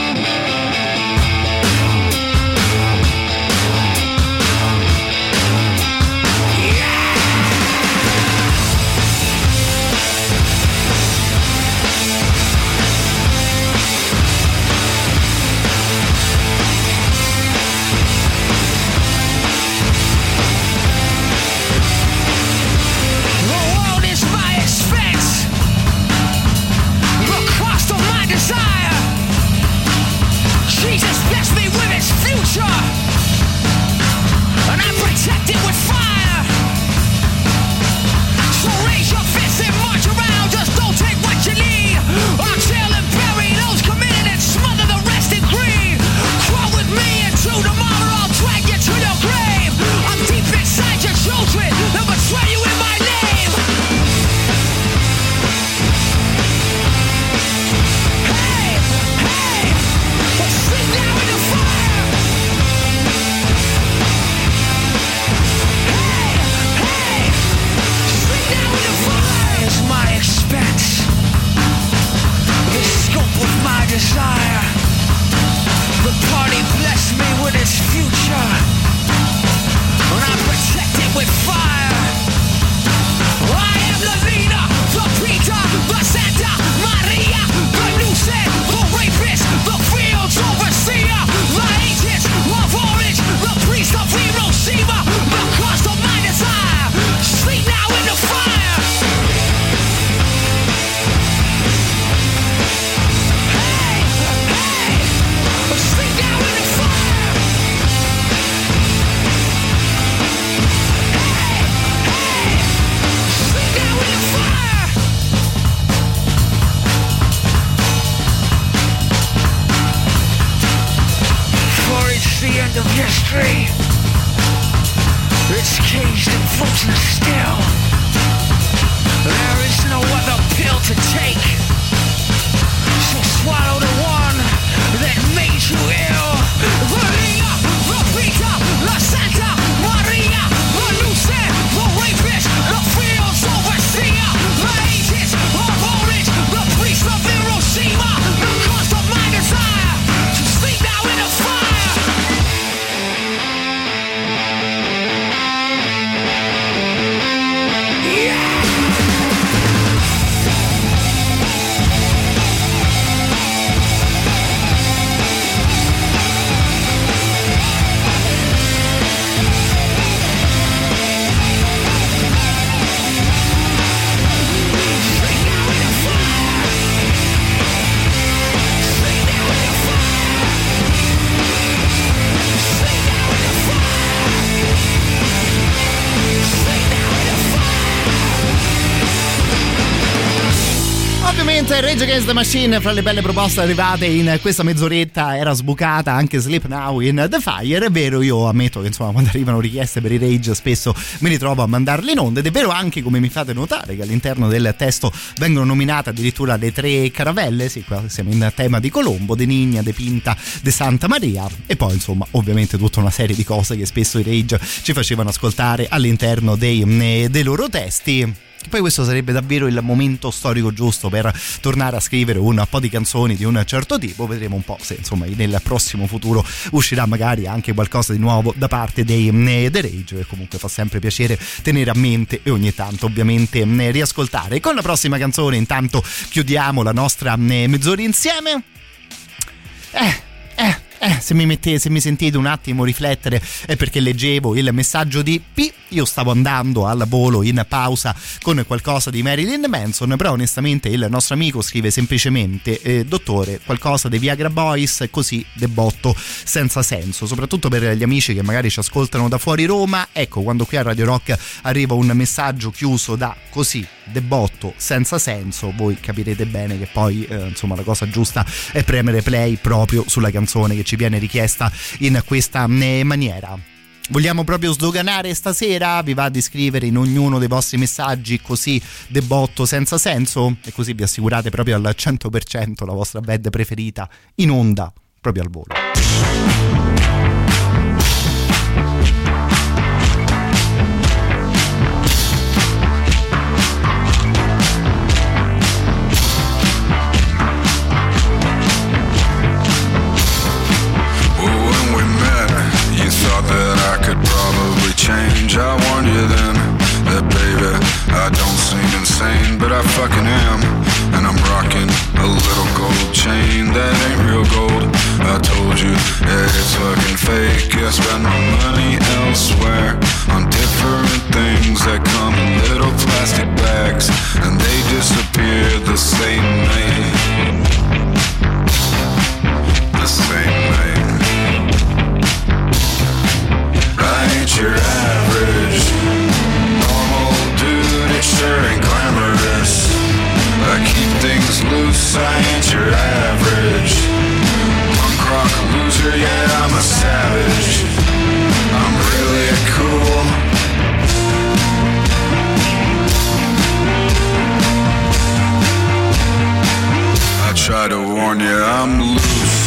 Rage Against the Machine, fra le belle proposte arrivate in questa mezz'oretta, era sbucata anche Sleep Now in The Fire. È vero, io ammetto che insomma quando arrivano richieste per i Rage spesso mi ritrovo a mandarle in onda, ed è vero anche, come mi fate notare, che all'interno del testo vengono nominate addirittura le tre caravelle. Sì, qua siamo in tema di Colombo, De Nigna, De Pinta, De Santa Maria, e poi insomma ovviamente tutta una serie di cose che spesso i Rage ci facevano ascoltare all'interno dei, dei loro testi. Poi questo sarebbe davvero il momento storico giusto per tornare a scrivere un po' di canzoni di un certo tipo. Vedremo un po' se insomma nel prossimo futuro uscirà magari anche qualcosa di nuovo da parte dei The Rage, e comunque fa sempre piacere tenere a mente e ogni tanto ovviamente riascoltare. Con la prossima canzone intanto chiudiamo la nostra mezz'ora insieme. Eh, eh Eh, se mi mettete, se mi sentite un attimo riflettere è perché leggevo il messaggio di P. Io stavo andando al volo in pausa con qualcosa di Marilyn Manson, però onestamente il nostro amico scrive semplicemente eh, dottore, qualcosa dei Viagra Boys, così debotto senza senso, soprattutto per gli amici che magari ci ascoltano da fuori Roma. Ecco, quando qui a Radio Rock arriva un messaggio chiuso da così debotto senza senso, voi capirete bene che poi eh, insomma la cosa giusta è premere play proprio sulla canzone che ci viene richiesta in questa eh, maniera. Vogliamo proprio sdoganare stasera? Vi va di scrivere in ognuno dei vostri messaggi così debotto senza senso? E così vi assicurate proprio al cento per cento la vostra band preferita in onda proprio al volo. That I could probably change. I warned you then that baby, I don't seem insane, but I fucking am. And I'm rocking a little gold chain that ain't real gold. I told you, yeah, it's fucking fake. I spend my money elsewhere on different things that come in little plastic bags, and they disappear the same night. The same night. I ain't your average normal dude, it sure ain't glamorous. I keep things loose, I ain't your average punk rock loser, yeah, I'm a savage. I'm really cool. I try to warn you, I'm loose.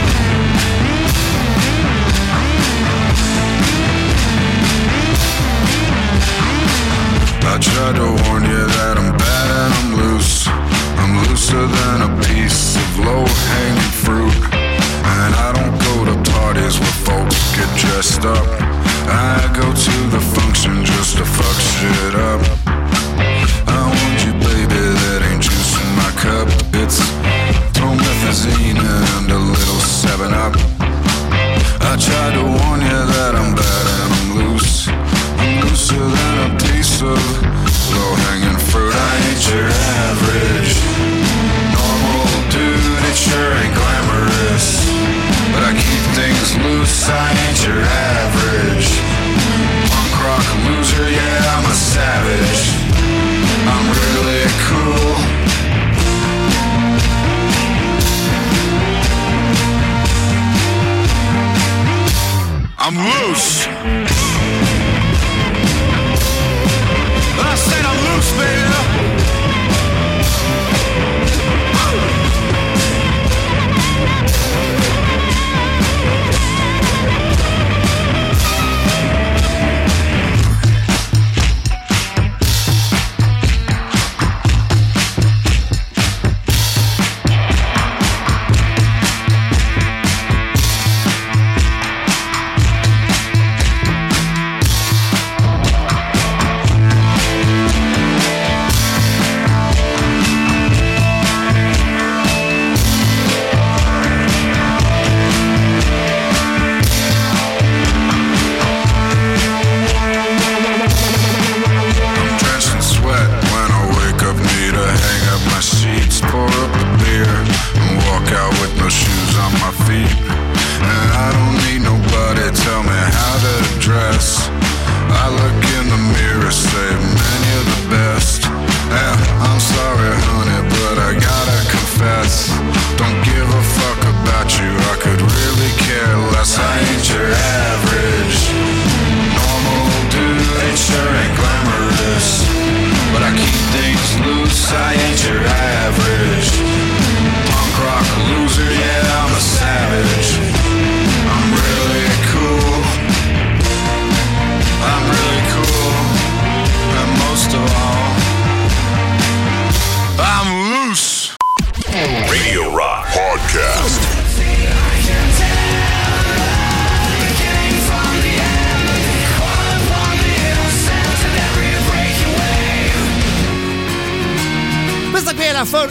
I tried to warn you that I'm bad and I'm loose. I'm looser than a piece of low-hanging fruit. And I don't go to parties where folks get dressed up. I go to the function just to fuck shit up. I want you, baby, that ain't juice in my cup. It's promethazine and a little seven up. I tried to warn you that I'm bad and I'm loose. I'm looser than a piece of low-hanging fruit. I ain't your average normal dude, it sure ain't glamorous. But I keep things loose, I ain't your average punk rock loser, yeah, I'm a savage. I'm really cool. I'm loose. I said I'm loose, baby.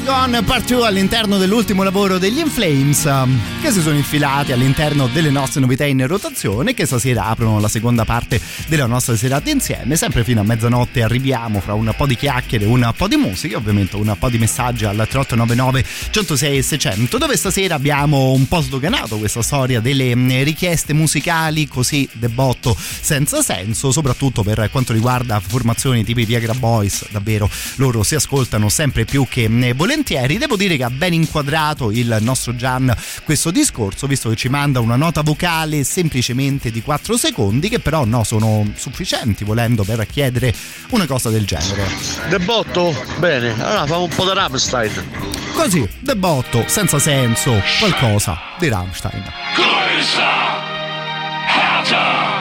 Gone Part due all'interno dell'ultimo lavoro degli In Flames, che si sono infilati all'interno delle nostre novità in rotazione, che stasera aprono la seconda parte della nostra serata insieme. Sempre fino a mezzanotte arriviamo fra un po' di chiacchiere, un po' di musica, ovviamente un po' di messaggi al tre otto nove nove centosei e seicento, dove stasera abbiamo un po' sdoganato questa storia delle richieste musicali così debotto senza senso, soprattutto per quanto riguarda formazioni tipo i Viagra Boys. Davvero loro si ascoltano sempre più che volentieri. Devo dire che ha ben inquadrato il nostro Gian questo discorso, visto che ci manda una nota vocale semplicemente di quattro secondi, che però no, sono sufficienti volendo per chiedere una cosa del genere. Debotto? Bene, allora facciamo un po' di Rammstein. Così, debotto, senza senso, qualcosa di Rammstein. Größer, härter,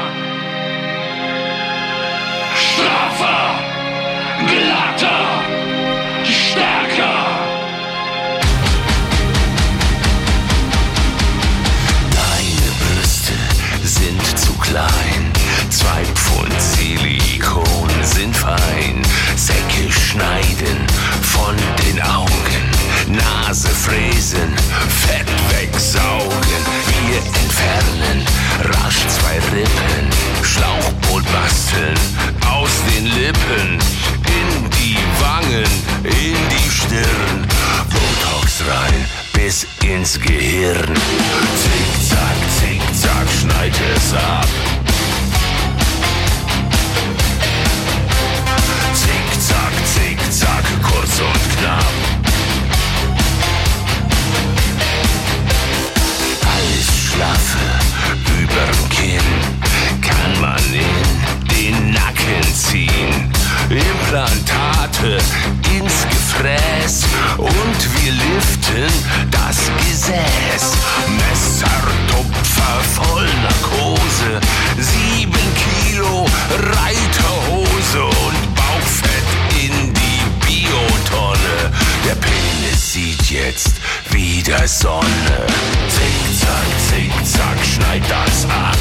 straffer, glatter, stärker. Deine Brüste sind zu klein, zwei Pfund Silikon sind fein. Säcke schneiden von den Augen, Nase fräsen, Fett wegsaugen. Wir entfernen rasch zwei Rippen, Schlauchboot basteln aus den Lippen, in die Wangen, in die Stirn, Botox rein bis ins Gehirn. Zickzack, zickzack, schneid es ab. Zickzack, zickzack, kurz und knapp. Alles Schlaffe überm Kinn kann man in den Nacken ziehen. Implantate ins Gefräß und wir liften das Gesäß. Messertupfer voll Narkose, sieben Kilo Reiterhose und Bauchfett in die Biotonne. Der Penis sieht jetzt wieder Sonne. Zickzack, zickzack, schneid das ab.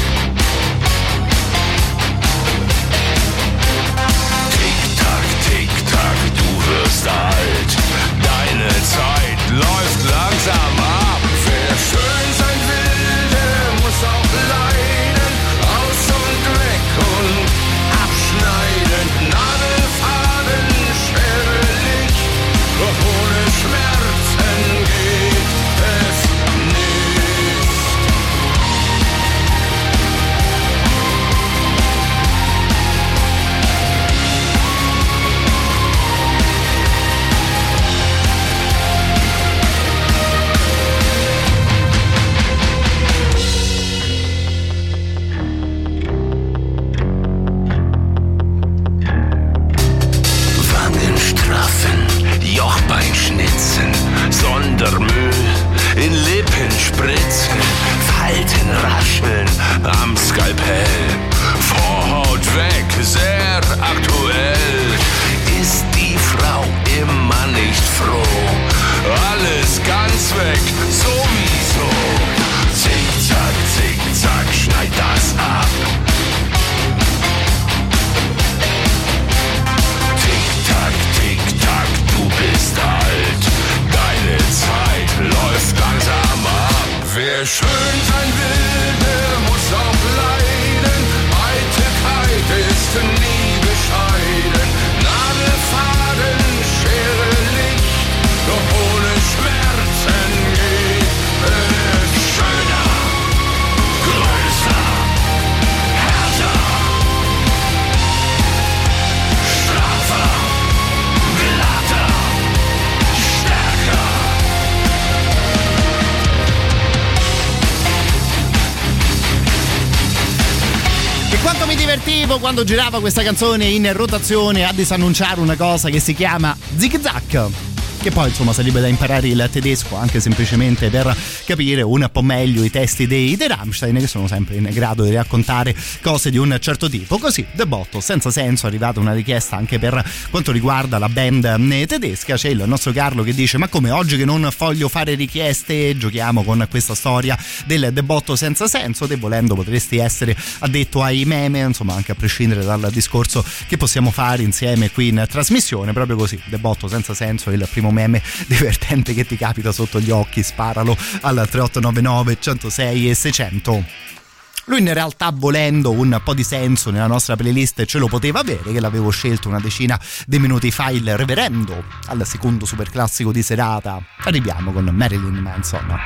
Tick-Tack, Tick-Tack, du wirst alt. Deine Zeit läuft langsam ab. Wer schön sein will, der muss auch leiden. Aus und weg und abschneiden. Nadelfaden, Schere, Licht. Doch ohne Schmerzen geht es nicht. Jochbein schnitzen, Sondermüll in Lippen spritzen, Falten rascheln am Skalpell, Vorhaut weg, sehr aktuell. Ist die Frau immer nicht froh? Alles ganz weg, sowieso. Zickzack, zickzack, schneid das ab. Tick-Tack, Tick-Tack, du bist alt. Deine Zeit läuft langsam ab. Wer schön sein will, der muss auch leiden. Eitelkeit ist nie bescheiden. Nadelfaden, Schere, Licht. Doch ohne Schmerzen geht es schöner, größer, härter, straffer, glatter, stärker. E quanto mi divertivo quando girava questa canzone in rotazione a disannunciare una cosa che si chiama Zig Zag, che poi insomma sarebbe da imparare il tedesco anche semplicemente per capire un po' meglio i testi dei The Rammstein, che sono sempre in grado di raccontare cose di un certo tipo. Così, debotto, senza senso, è arrivata una richiesta anche per quanto riguarda la band tedesca. C'è il nostro Carlo che dice: ma come, oggi che non voglio fare richieste giochiamo con questa storia del debotto senza senso? Te volendo potresti essere addetto ai meme, insomma, anche a prescindere dal discorso che possiamo fare insieme qui in trasmissione. Proprio così, debotto senza senso è il primo meme divertente che ti capita sotto gli occhi, sparalo al tre otto nove nove uno zero sei e seicento. Lui in realtà, volendo, un po' di senso nella nostra playlist ce lo poteva avere, che l'avevo scelto una decina di minuti fa, il reverendo, al secondo super classico di serata. Arriviamo con Marilyn Manson.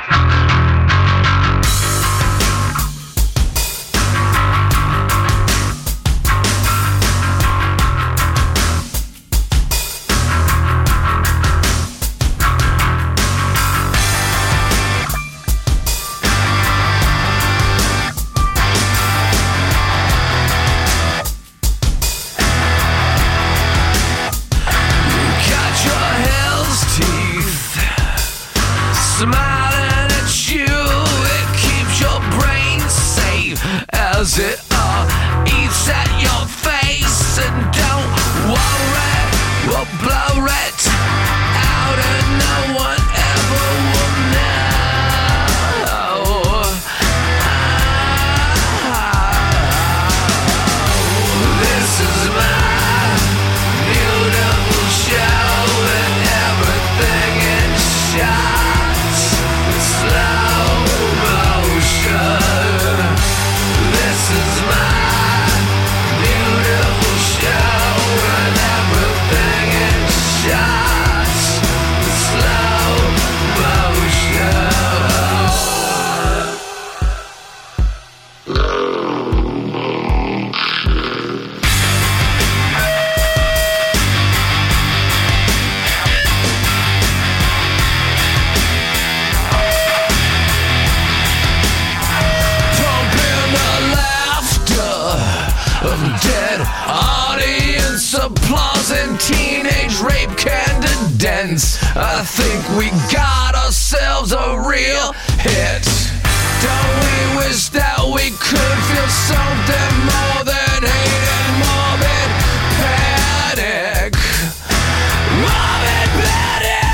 Smiling at you, it keeps your brain safe as it all eats at your face. And don't worry, we'll blow it out and no one ever will know. This is my beautiful show and everything in shot. Applause and teenage rape candidates. I think we got ourselves a real hit. Don't we wish that we could feel something more than hate and morbid panic? Morbid panic!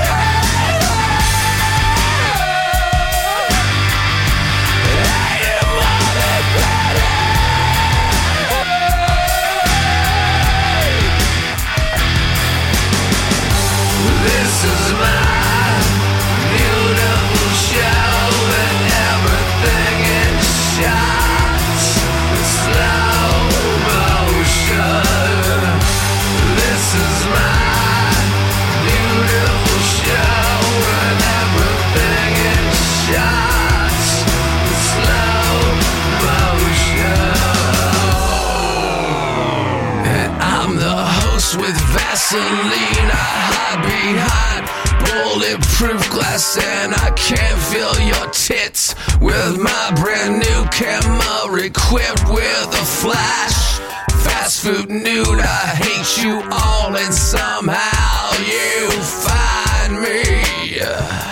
Hate and morbid panic! This is my beautiful show and everything in shots, slow motion. This is my beautiful show and everything in shots, slow motion. And I'm the host with Vaseline. I hide behind bulletproof glass and I can't feel your tits with my brand new camera equipped with a flash. Fast food nude, I hate you all and somehow you find me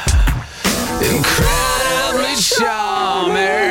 incredibly charming.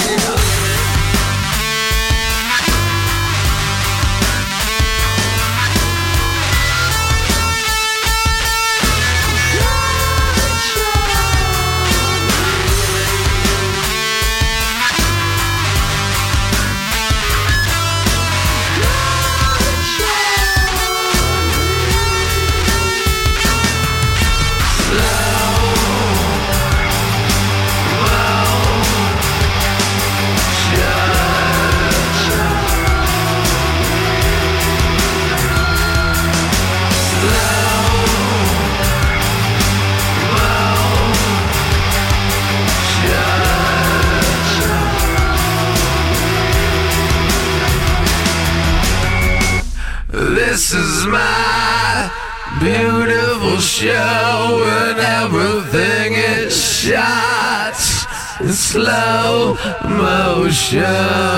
This is my beautiful show and everything is shot in slow motion.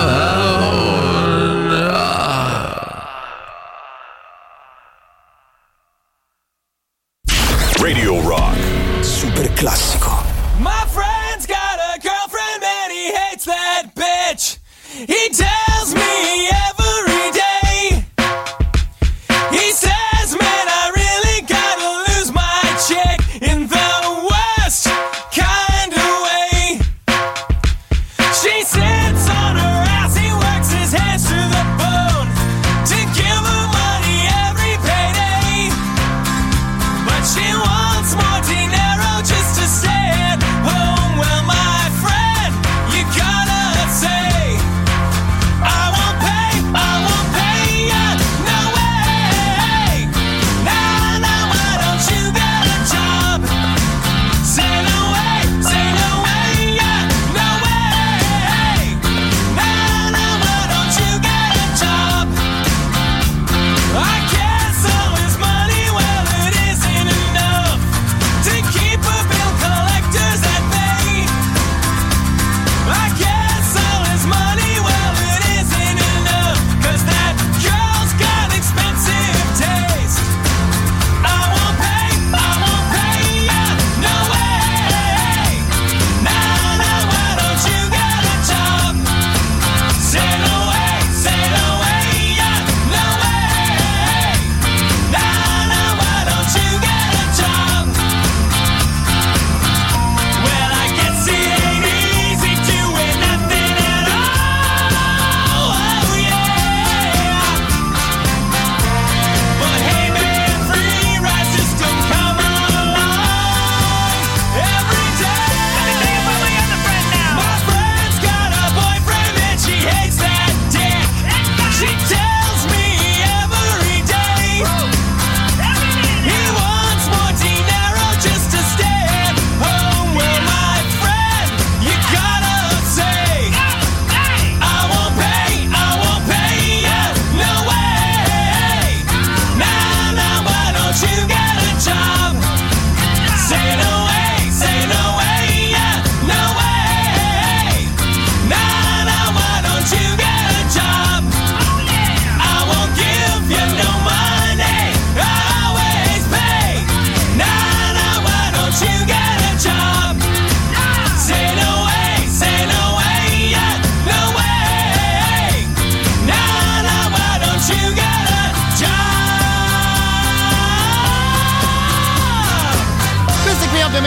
Radio Rock. Super classico. My friend's got a girlfriend and he hates that bitch. He tells me every day. He says, man, I really gotta lose my chick in the worst kind of way. She sits on her ass, he works his hands to the bone to give her money every payday. But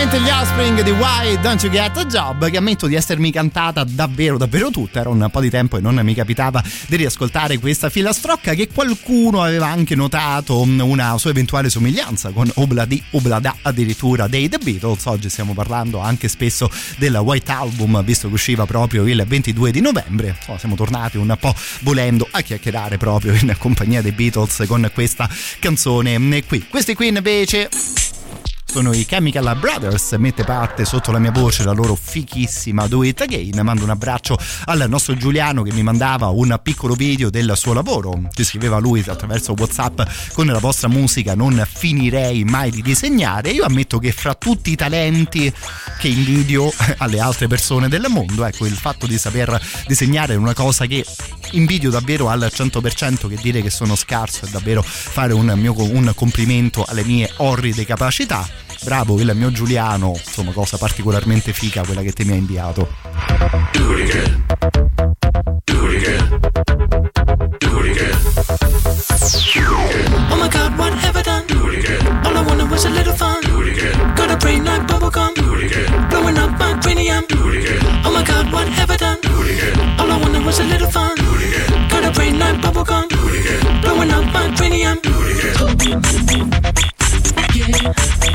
Gli Offspring di Why Don't You Get a Job, che ammetto di essermi cantata davvero davvero tutta. Era un po' di tempo e non mi capitava di riascoltare questa filastrocca, che qualcuno aveva anche notato una sua eventuale somiglianza con Obladi Oblada addirittura dei The Beatles. Oggi stiamo parlando anche spesso della White Album, visto che usciva proprio il ventidue di novembre. Oh, siamo tornati un po' volendo a chiacchierare proprio in compagnia dei Beatles con questa canzone qui. Questi qui invece sono i Chemical Brothers, mette parte sotto la mia voce la loro fichissima Do It Again. Mando un abbraccio al nostro Giuliano che mi mandava un piccolo video del suo lavoro. Ci scriveva lui attraverso WhatsApp: con la vostra musica non finirei mai di disegnare. Io ammetto che fra tutti i talenti che invidio alle altre persone del mondo, ecco, il fatto di saper disegnare è una cosa che invidio davvero al cento per cento, che dire che sono scarso è davvero fare un, mio, un complimento alle mie orride capacità. Bravo il mio Giuliano, insomma, cosa particolarmente figa quella che te mi hai inviato. Do it again. Do it again. Do it again. Oh my God, what have I done? Do it again. All I wanted was a little fun. Do it again. Got a brain like bubblegum. Do it again. Blowing up my cranium. Do it again. Oh my God, what have I done? Do it again. All I wanted was a little fun. Do it again. Got a brain like bubblegum. Do it again. Blowing up my cranium. Do it again. Yeah.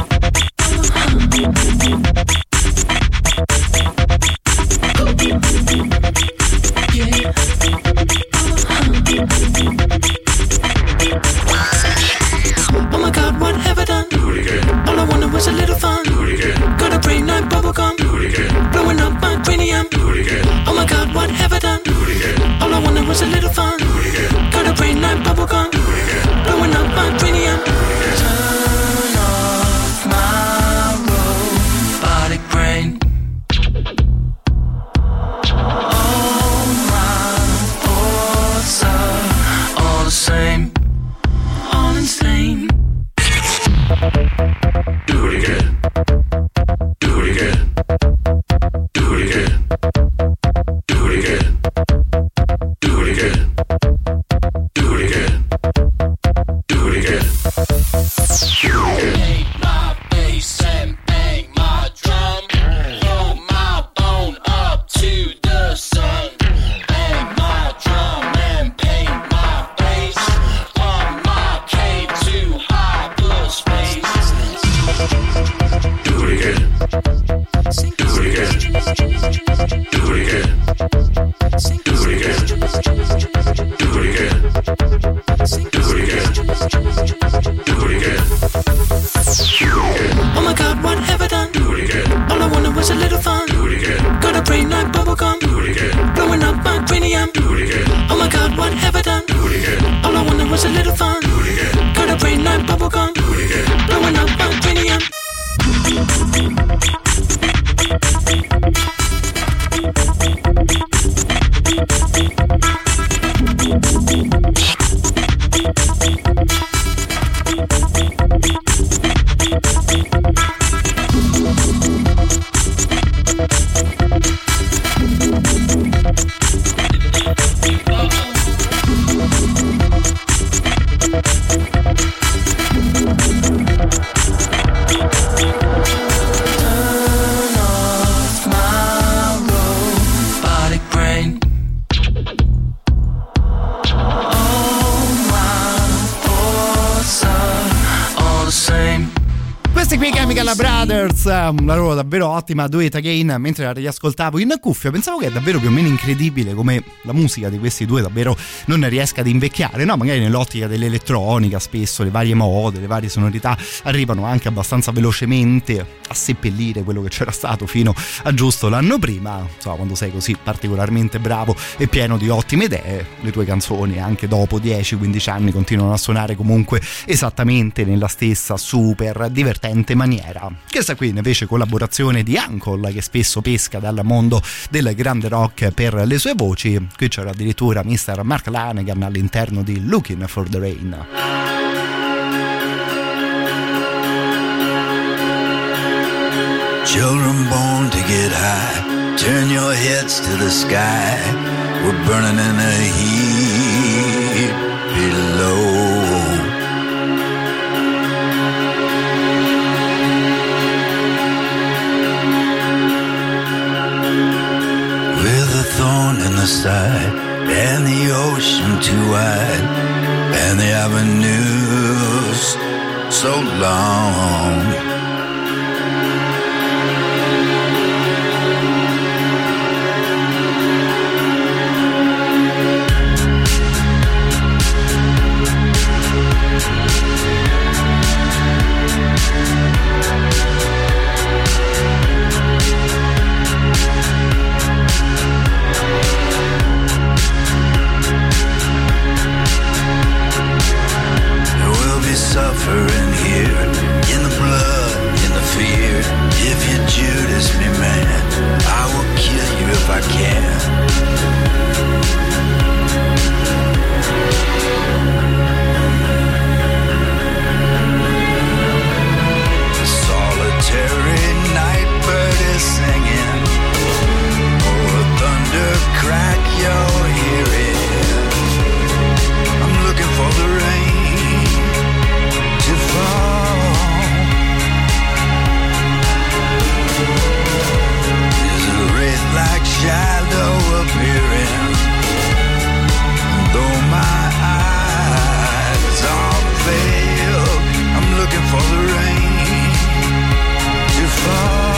Oh my God, what have I done? Do it again. All I wanted was a little fun. Do it again. Got a brain like bubblegum. Do it again. Blowing up my cranium. Do it again. Oh my God, what have I done? Do it again. All I wanted was a little fun. Do it again. Got a brain like bubblegum. Do it again. Blowing up my cranium. Turn off my robotic brain. All my thoughts are all the same, all insane. Do it again. Do it again. Do it again. Do it again. Do it again. Do it again. Do it again. Take my bass and bang my drum. Throw my bone up to the sun. Bang my drum and paint my face. On my cave to hyperspace. Do it again. Do it again. Do it again. Do it again. Do it again. Do it again. Do it again. Oh my God, what have I done? Do it again. All I wanted was a little fun. Do it again. Got a brain like bubblegum. Do it again. Blowing up my cranium. Do it again. Oh my God, what have I done? Do it again. All I wanted was a little fun. Do it again. Got a brain like bubblegum. Do it again. Blowing up my cranium. Brothers, la loro davvero ottima Do It Again, mentre la riascoltavo in cuffia pensavo che è davvero più o meno incredibile come la musica di questi due davvero non riesca ad invecchiare, no? Magari nell'ottica dell'elettronica spesso le varie mode, le varie sonorità arrivano anche abbastanza velocemente a seppellire quello che c'era stato fino a giusto l'anno prima. Insomma, quando sei così particolarmente bravo e pieno di ottime idee, le tue canzoni anche dopo dieci quindici anni continuano a suonare comunque esattamente nella stessa super divertente maniera. Questa qui invece collaborazione di Uncle, che spesso pesca dal mondo del grande rock per le sue voci. Qui c'era addirittura mister Mark Lanegan all'interno di Looking for the Rain. Children born to get high, turn your heads to the sky. We're burning in the heat below. wide, and the ocean too wide, and the avenues so long. Suffering here, in the blood, in the fear. If you Judas me, man, I will kill you if I can. The solitary night bird is singing. Oh, thunder crack your hearing. I'm looking for the rain to fall. There's a wraith-like shadow appearing, though my eyes are veiled. I'm looking for the rain to fall.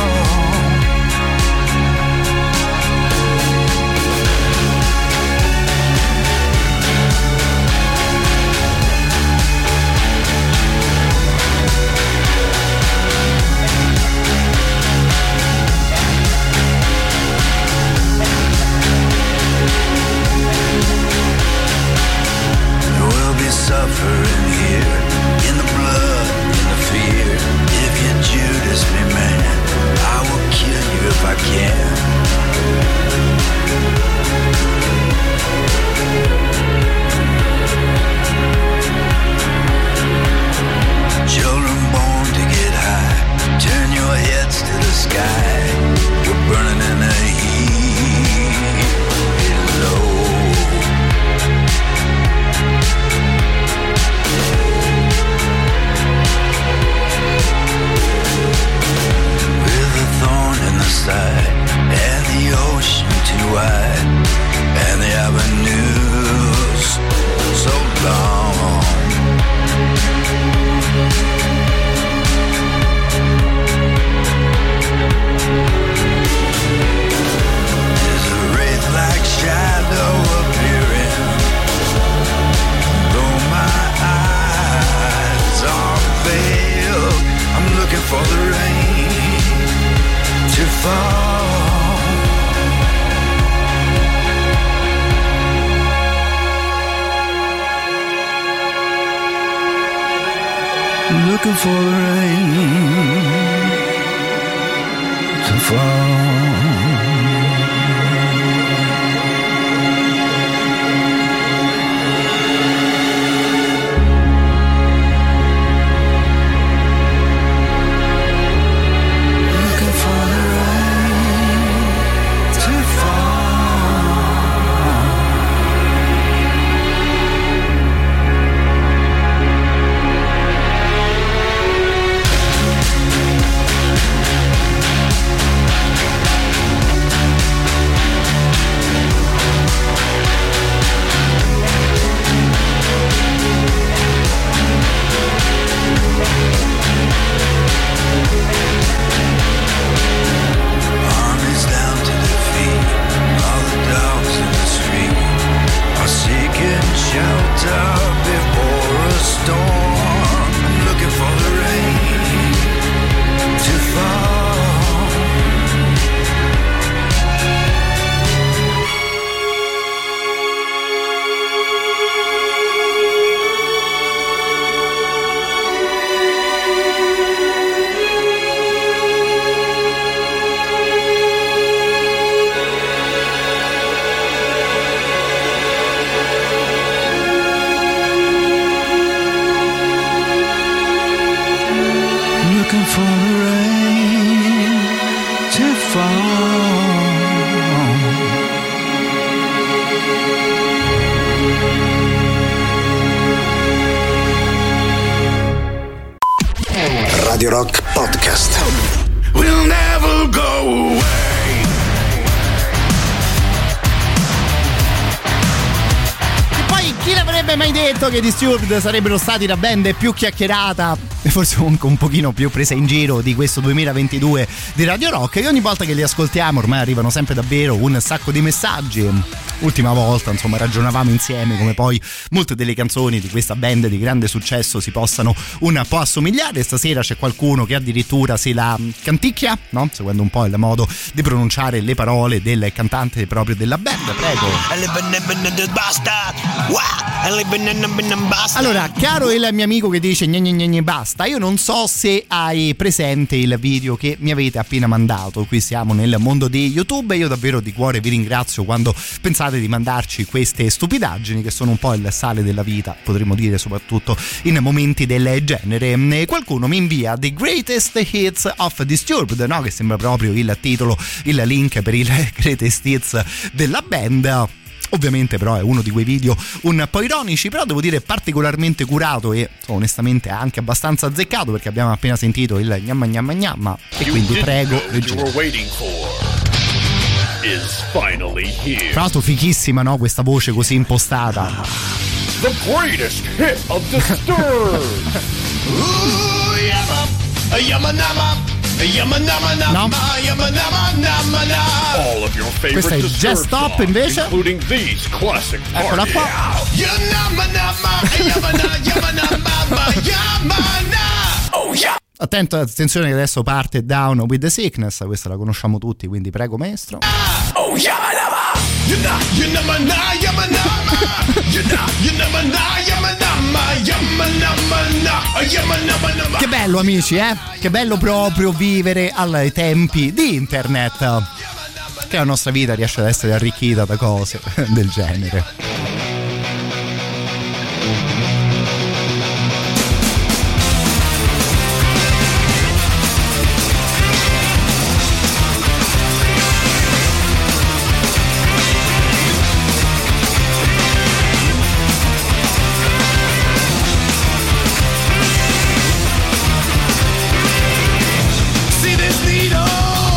Suffering here, in the blood, in the fear. If you Judas me, man, I will kill you if I can. Children born to get high, turn your heads to the sky. We're burning in the heat below. Side, and the ocean too wide, and the avenues so long. There's a wraith-like shadow appearing, though my eyes are veiled. I'm looking for the rain to fall. Looking for the rain to fall. Radio Rock Podcast. We'll never go away. avrebbe mai detto che i Disturbed sarebbero stati la band più chiacchierata e forse anche un pochino più presa in giro di questo duemilaventidue di Radio Rock, e ogni volta che li ascoltiamo ormai arrivano sempre davvero un sacco di messaggi. Ultima volta, insomma, ragionavamo insieme come poi molte delle canzoni di questa band di grande successo si possano un po' assomigliare. Stasera c'è qualcuno che addirittura se la canticchia, no? Seguendo un po' il modo di pronunciare le parole del cantante proprio della band. Prego. Allora, caro il mio amico che dice gne gne gne gne basta, io non so se hai presente il video che mi avete appena mandato. Qui siamo nel mondo di YouTube e io davvero di cuore vi ringrazio quando pensate di mandarci queste stupidaggini che sono un po' il sale della vita, potremmo dire, soprattutto in momenti del genere. Qualcuno mi invia The Greatest Hits of Disturbed, no? Che sembra proprio il titolo, il link per il Greatest Hits della band. Ovviamente però è uno di quei video un po' ironici, però devo dire particolarmente curato e onestamente anche abbastanza azzeccato, perché abbiamo appena sentito il gnamma gnamma gnamma e quindi prego regia. Tra l'altro fichissima, no? Questa voce così impostata. The greatest hit of Disturbed. Ooh, yamma, yamma nama. No. All of your favorite Questa è Just Stop invece, including these classic parts. Eccola qua. Oh yeah. Attento, attenzione che adesso parte Down with the Sickness, questa la conosciamo tutti, quindi prego maestro. Oh yeah. Che bello amici, eh? Che bello proprio vivere ai tempi di internet, che la nostra vita riesce ad essere arricchita da cose del genere.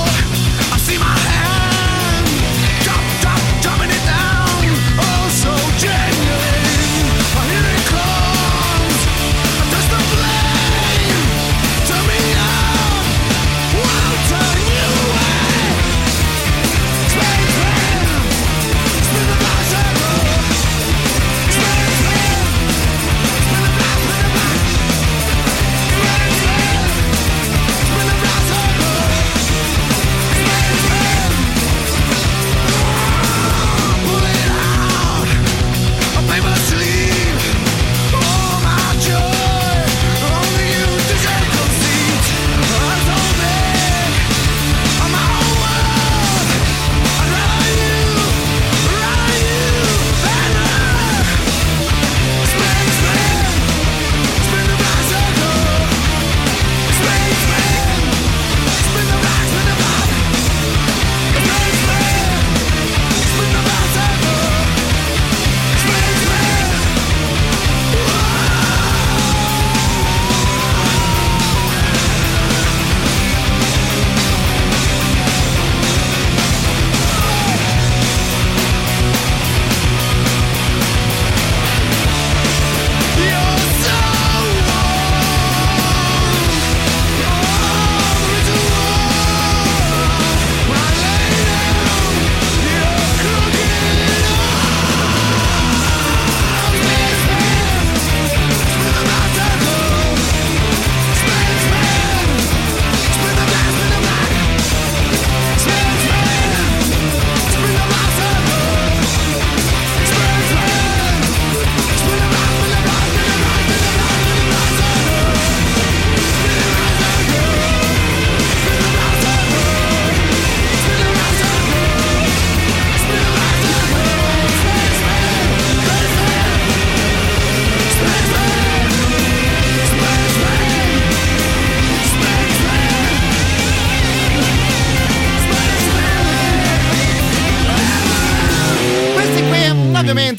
So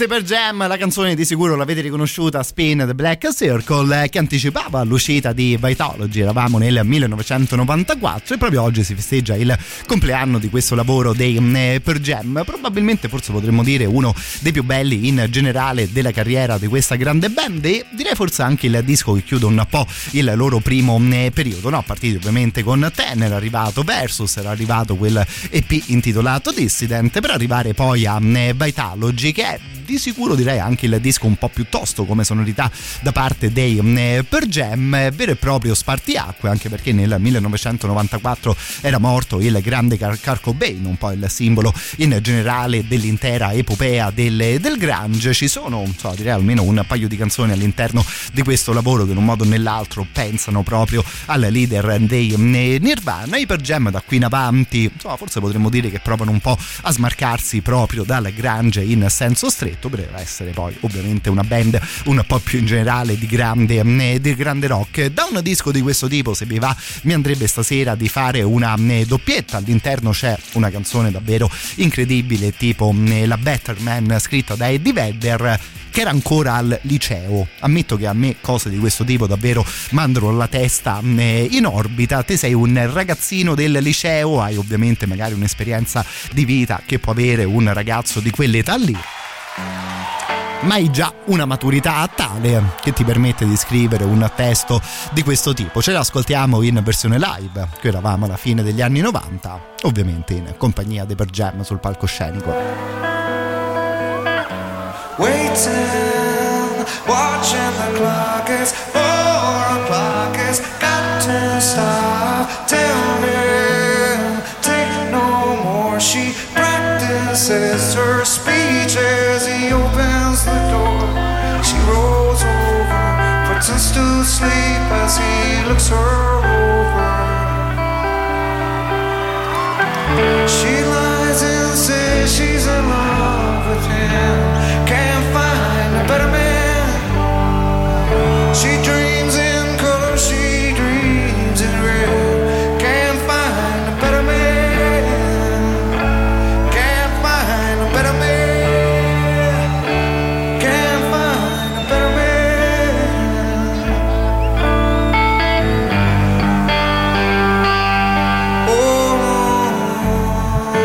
Ovviamente per Jam la canzone di sicuro l'avete riconosciuta, Spin the Black Circle, che anticipava l'uscita di Vitalogy. Eravamo nel millenovecentonovantaquattro e proprio oggi si festeggia il compleanno di questo lavoro dei per Jam, probabilmente forse potremmo dire uno dei più belli in generale della carriera di questa grande band, e direi forse anche il disco che chiude un po' il loro primo periodo, no? Partiti ovviamente con Ten, era arrivato Versus, era arrivato quel E P intitolato Dissident, per arrivare poi a Vitalogy, che è di sicuro direi anche il disco un po' più tosto come sonorità da parte dei per Jam, vero e proprio spartiacque, anche perché nel millenovecentonovantaquattro era morto il grande Kurt Cobain, un po' il simbolo in generale dell'intera epopea del, del grunge. Ci sono, so, direi almeno un paio di canzoni all'interno di questo lavoro che in un modo o nell'altro pensano proprio al leader dei Nirvana. I per Jam da qui in avanti, insomma, forse potremmo dire che provano un po' a smarcarsi proprio dal grunge in senso stretto, per essere poi ovviamente una band un po' più in generale di grande, di grande rock. Da un disco di questo tipo, se vi va, mi andrebbe stasera di fare una doppietta. All'interno c'è una canzone davvero incredibile, tipo la Better Man, scritta da Eddie Vedder, che era ancora al liceo. Ammetto che a me cose di questo tipo davvero mandano la testa in orbita. Te sei un ragazzino del liceo, hai ovviamente magari un'esperienza di vita che può avere un ragazzo di quell'età lì, ma hai già una maturità tale che ti permette di scrivere un testo di questo tipo. Ce l'ascoltiamo in versione live, qui eravamo alla fine degli anni novanta, ovviamente in compagnia dei per Jam sul palcoscenico. Waiting, watching the clock, it's four o'clock, it's got to stop. Tell him, take no more. She practices her speech as he opens the door. She rolls over, pretends to sleep as he looks her over. She lies and says she's in love with him, can't find a better man. She dreams in color, she dreams in red, can't find a better man, can't find a better man, can't find a better man. Oh,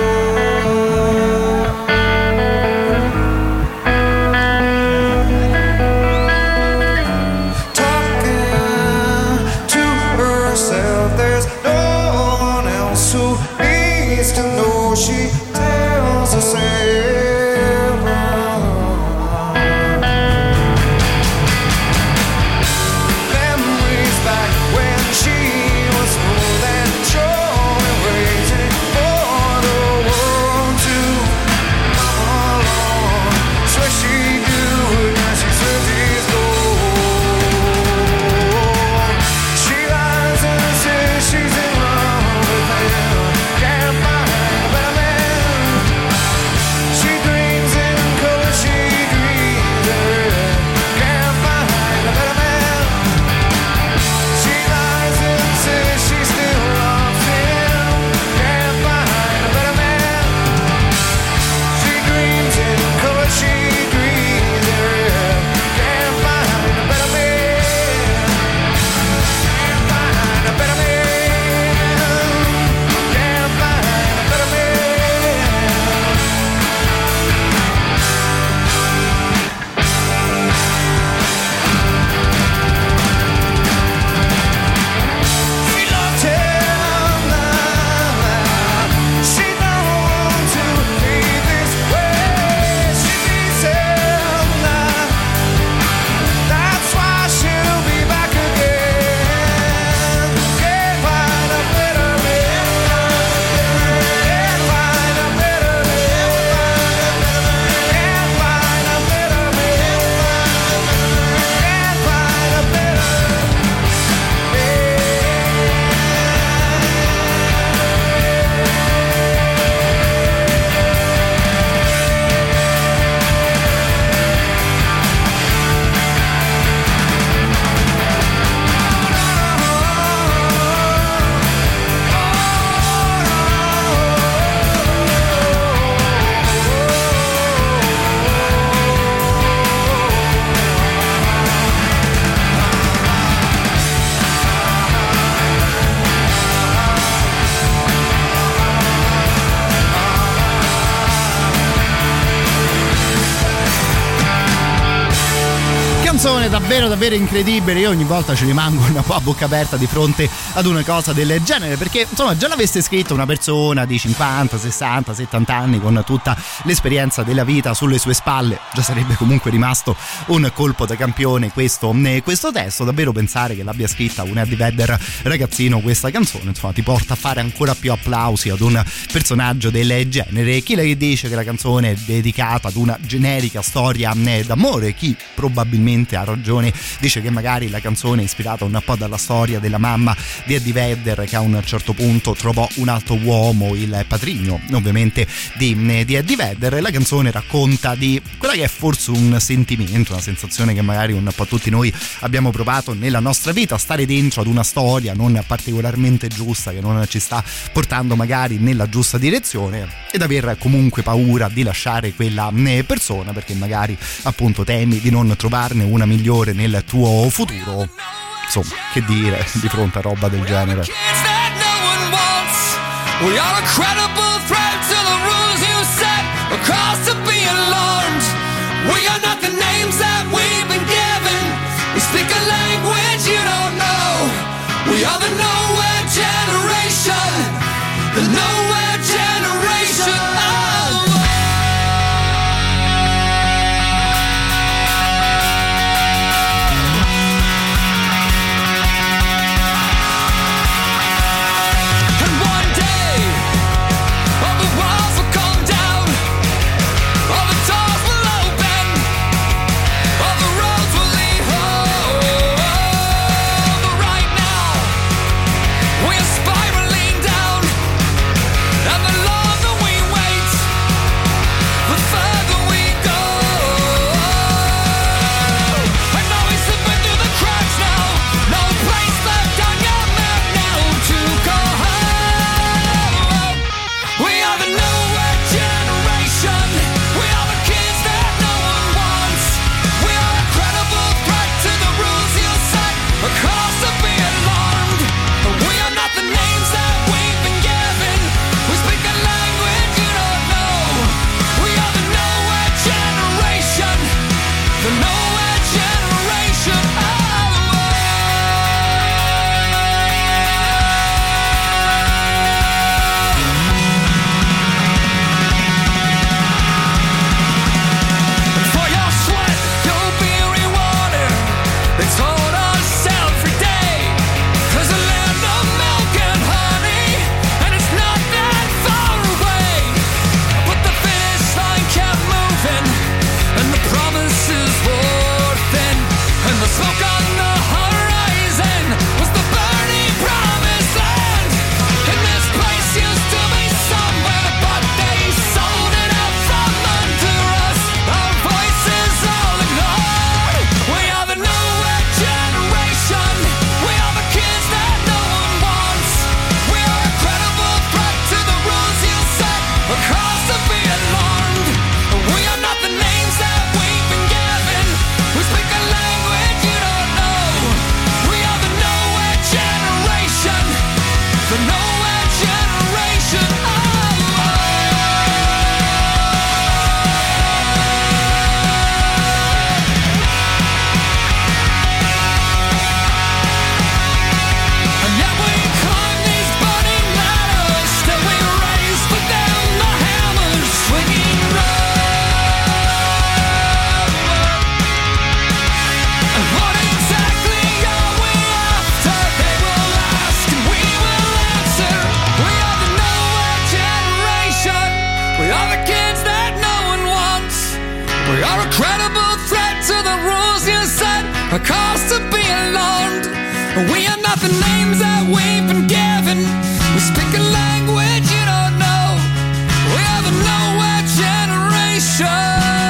Canzone davvero davvero incredibile, io ogni volta ci rimango un po' a bocca aperta di fronte ad una cosa del genere, perché insomma già l'avesse scritto una persona di cinquanta, sessanta, settanta anni con tutta l'esperienza della vita sulle sue spalle, già sarebbe comunque rimasto un colpo da campione questo, questo testo. Davvero pensare che l'abbia scritta un Eddie Vedder ragazzino questa canzone, insomma ti porta a fare ancora più applausi ad un personaggio del genere. Chi le dice che la canzone è dedicata ad una generica storia d'amore, chi probabilmente ha ragione dice che magari la canzone è ispirata un po' dalla storia della mamma di Eddie Vedder, che a un certo punto trovò un altro uomo, il patrigno ovviamente di, di Eddie Vedder. La canzone racconta di quella che è forse un sentimento, una sensazione che magari un po' tutti noi abbiamo provato nella nostra vita, stare dentro ad una storia non particolarmente giusta, che non ci sta portando magari nella giusta direzione, ed aver comunque paura di lasciare quella persona perché magari appunto temi di non trovarne una migliore nel tuo futuro. Insomma, che dire di fronte a roba del genere. We are a credible threat to the rules you set. A cause to be alarmed. We are not the names that we've been given. We speak a language you don't know. We are the nowhere generation. The nowhere generation. Oh. A cause to be alarmed. We are not the names that we've been given. We speak a language you don't know. We are the nowhere generation.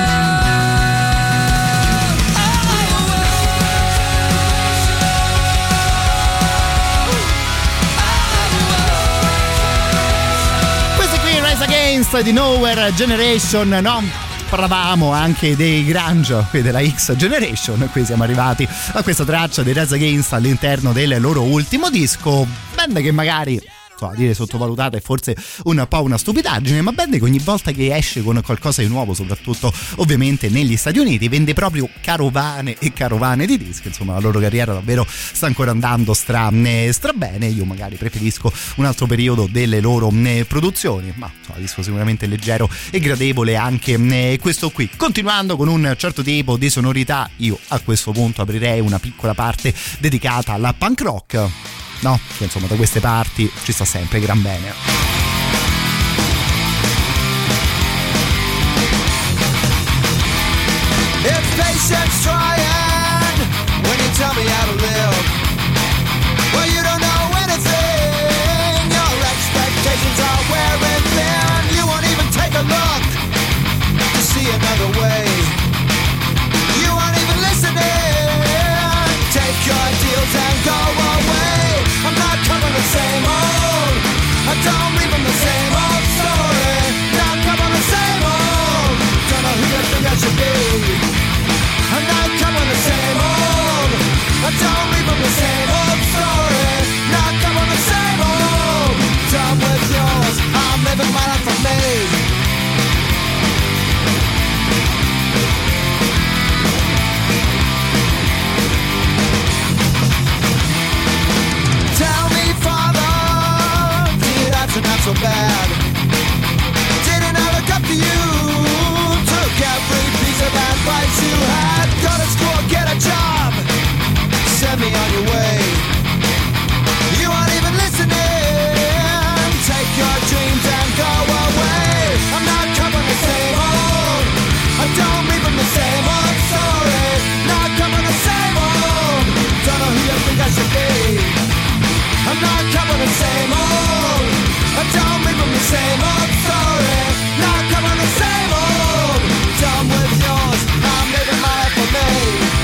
Against di Nowhere Generation, no? Parlavamo anche dei grunge, qui della X Generation, qui siamo arrivati a questa traccia dei Rise Against all'interno del loro ultimo disco, band che magari insomma, dire sottovalutata è forse un po' una stupidaggine, ma band che ogni volta che esce con qualcosa di nuovo, soprattutto ovviamente negli Stati Uniti, vende proprio carovane e carovane di dischi. Insomma, la loro carriera davvero sta ancora andando stra, stra bene. Io magari preferisco un altro periodo delle loro produzioni, ma insomma, disco sicuramente leggero e gradevole anche questo qui. Continuando con un certo tipo di sonorità, io a questo punto aprirei una piccola parte dedicata alla punk rock, no? Che insomma da queste parti ci sta sempre gran bene. It's patience trying when you tell me how to live. Well, you don't know anything. Your expectations are wearing thin. You won't even take a look to see another way. You aren't even listening. Take your deals and go away. I'm not coming the same old. I don't leave them the same old story. Not coming the same old. Don't know who you think I should be. I'm not coming the same old. I don't leave them the same old story. Not coming the same old. Done with yours. I'm living my life for me. Tell me, Father, did I turn out so bad? Didn't I look up to you? Took every piece of advice you had. Go to school, get a job. Send me on your way. You aren't even listening. Take your dreams and go away. I'm not coming the same old. I don't leave them the same old story. Not coming the same old. Don't know who you think I should be. I'm not coming the same old. I don't leave them the same old story. Not coming the same old. Done with yours. I'm living my life for me.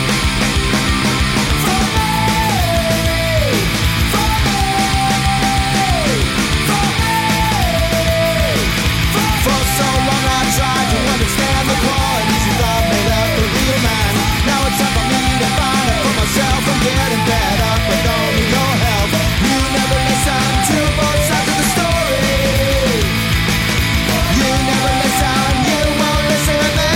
For me. For me. For me. For so long I tried to understand the qualities you thought made up a real man. Now it's time for me to find it for myself. I'm getting fed up, but don't need your help. You never listen to both sides of the story. You never listen, you won't listen to me.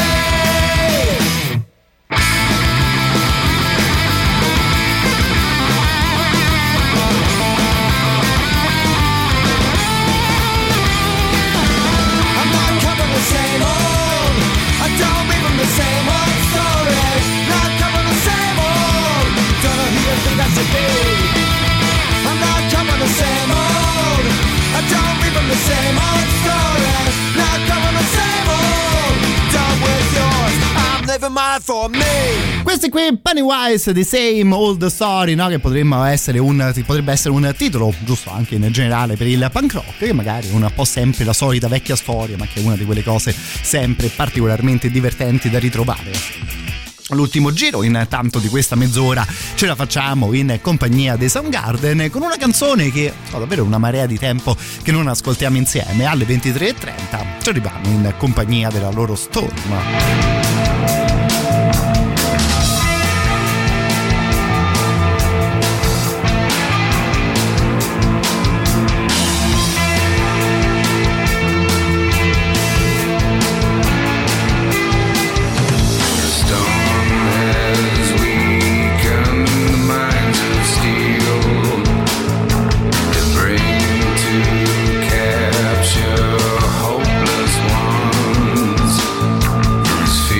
I'm not coming the same old. I don't leave them the same old story. Not coming the same old. Don't know who you think I should be. I'm not coming the same old. I don't leave them the same old story. Not coming the same old. Done with yours. I'm living mine for me. Questi qui, Pennywise, The Same Old Story, no? Che potremmo essere un, potrebbe essere un titolo giusto anche in generale per il punk rock, che magari è un po' sempre la solita vecchia storia, ma che è una di quelle cose sempre particolarmente divertenti da ritrovare. L'ultimo giro intanto di questa mezz'ora ce la facciamo in compagnia dei Soundgarden con una canzone che ho davvero una marea di tempo che non ascoltiamo insieme. Alle ventitré e trenta ci arriviamo in compagnia della loro Storm. Capture hopeless ones.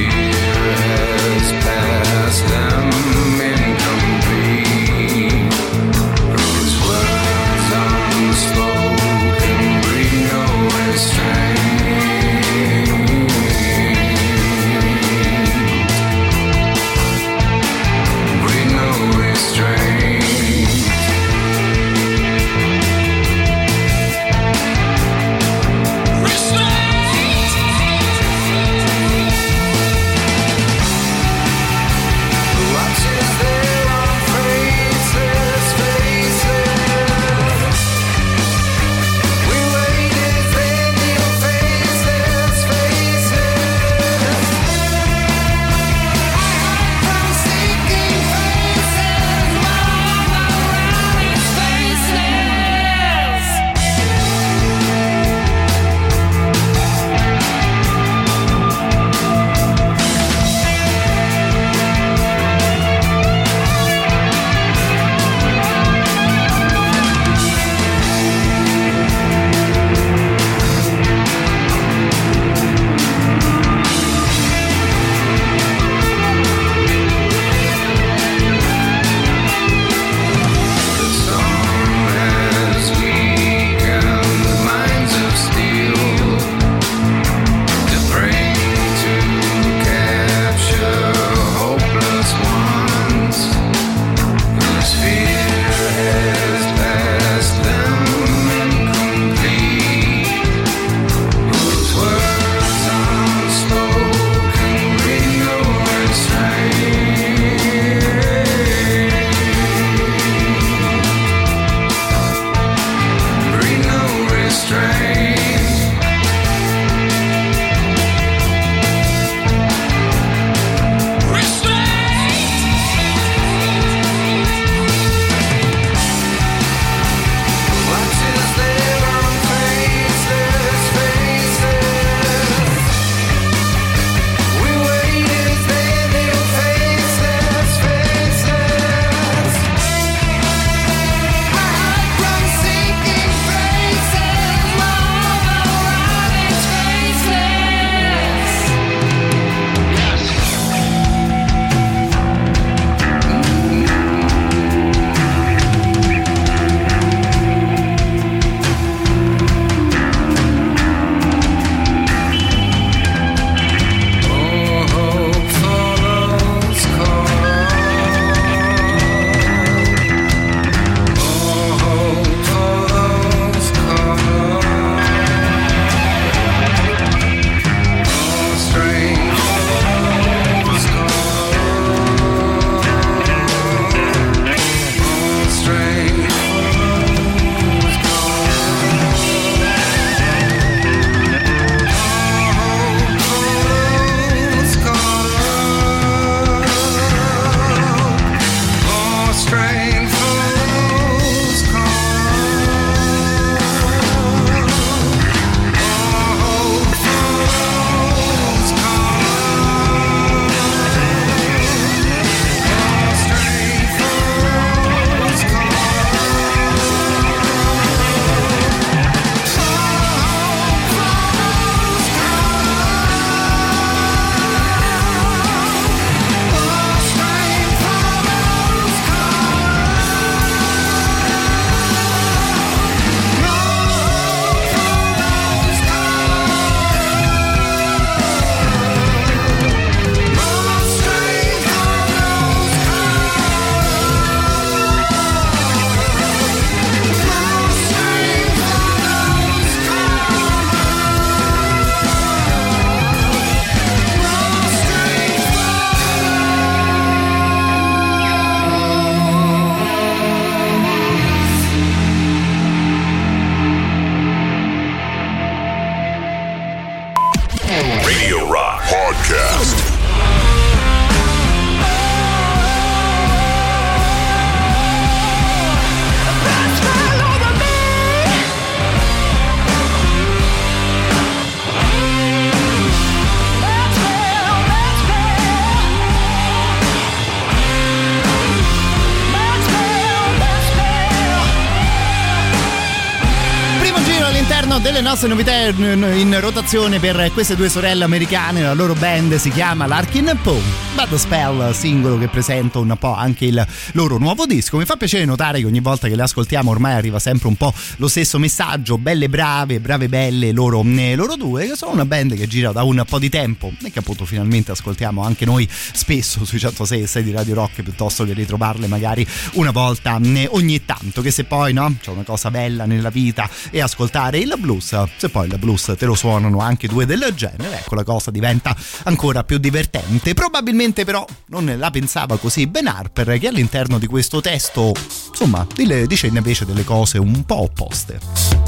All'interno delle nostre novità in rotazione per queste due sorelle americane, la loro band si chiama Larkin Poe, Bad Spell, singolo che presenta un po' anche il loro nuovo disco. Mi fa piacere notare che ogni volta che le ascoltiamo ormai arriva sempre un po' lo stesso messaggio: belle brave, brave belle loro, loro due, che sono una band che gira da un po' di tempo e che appunto finalmente ascoltiamo anche noi spesso sui centosei e sei di Radio Rock, piuttosto che ritrovarle magari una volta ogni tanto. Che se poi no, c'è una cosa bella nella vita e ascoltare il blues, se poi il blues te lo suonano anche due del genere, ecco, la cosa diventa ancora più divertente. Probabilmente però non la pensava così Ben Harper, che all'interno di questo testo insomma dice invece delle cose un po' opposte.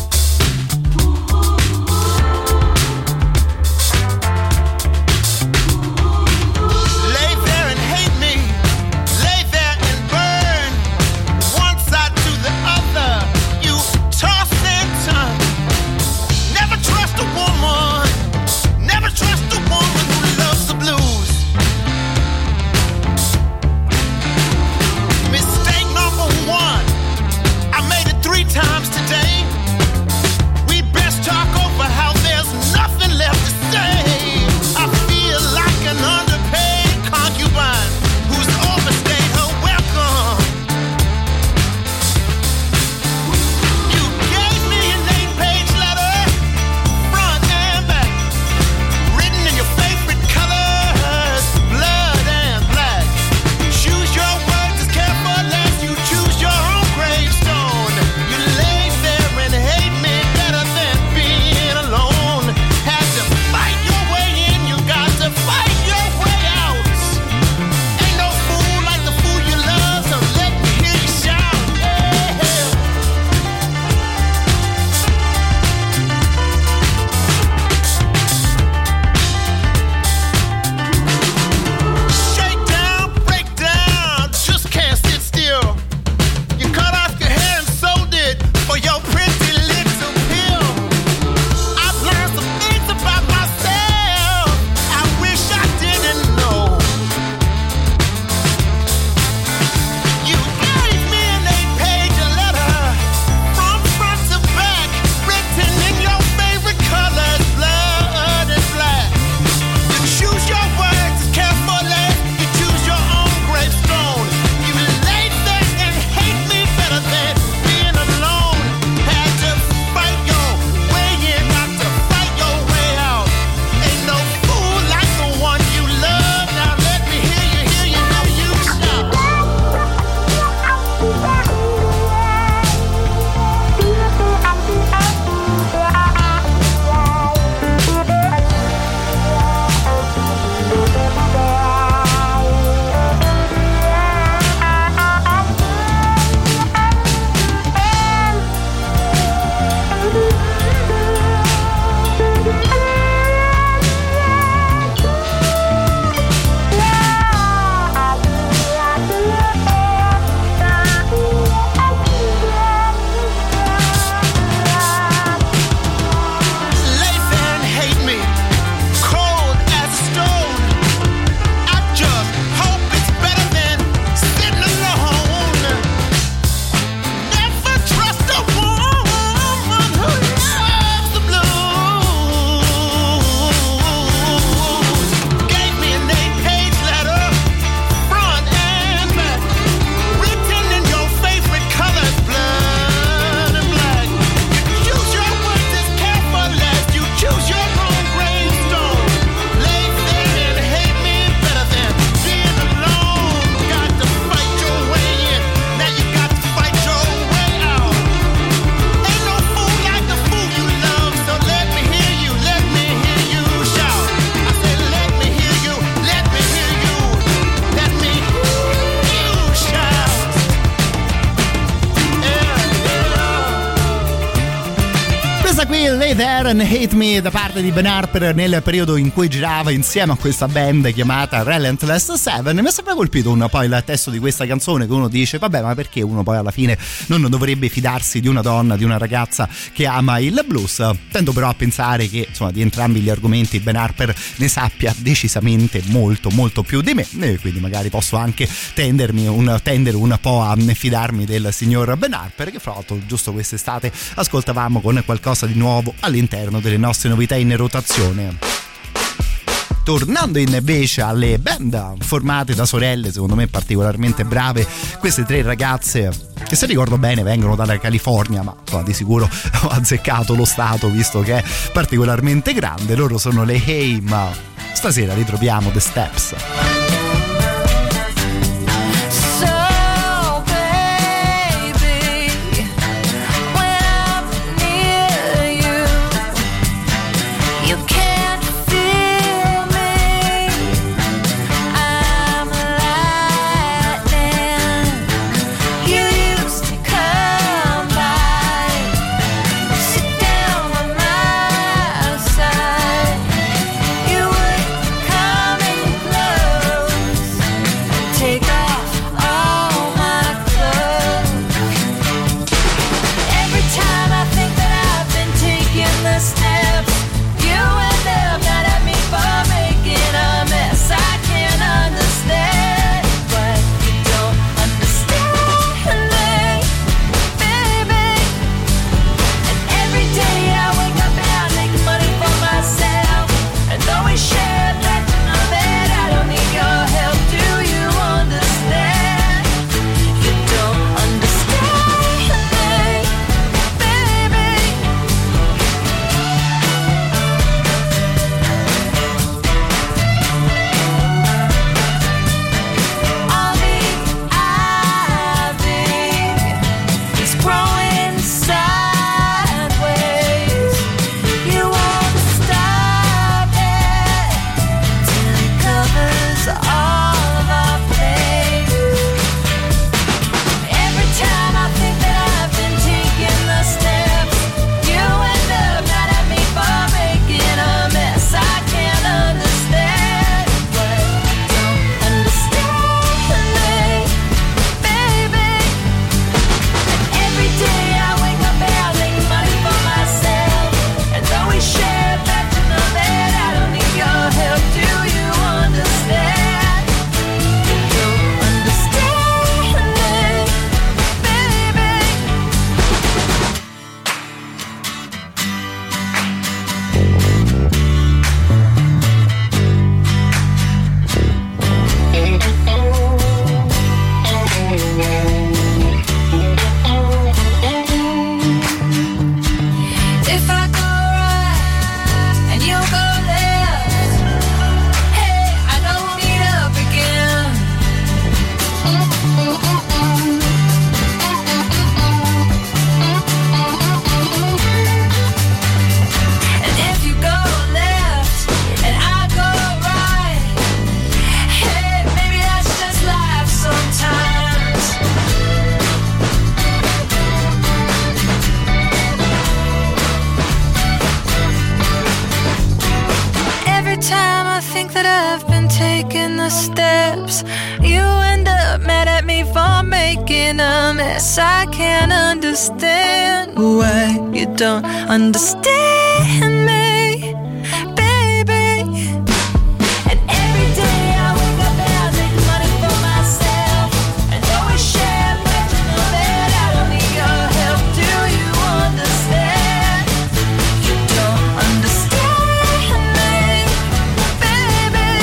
Times today Lay There and Hate Me da parte di Ben Harper nel periodo in cui girava insieme a questa band chiamata Relentless Seven. Mi ha sempre colpito un po' il testo di questa canzone, che uno dice vabbè, ma perché uno poi alla fine non dovrebbe fidarsi di una donna, di una ragazza che ama il blues? Tendo però a pensare che insomma di entrambi gli argomenti Ben Harper ne sappia decisamente molto molto più di me, e quindi magari posso anche tendermi un, tendere un po' a fidarmi del signor Ben Harper, che fra l'altro giusto quest'estate ascoltavamo con qualcosa di nuovo all'interno delle nostre novità in rotazione. Tornando invece alle band formate da sorelle, secondo me particolarmente brave, queste tre ragazze che, se ricordo bene, vengono dalla California, ma insomma, di sicuro ho azzeccato lo stato visto che è particolarmente grande. Loro sono le Haim. Stasera ritroviamo The Steps. I can't understand why you don't understand me, baby. And every day I wake up and I make money for myself, and always share, but you know that I don't need your help. Do you understand? You don't understand me, baby.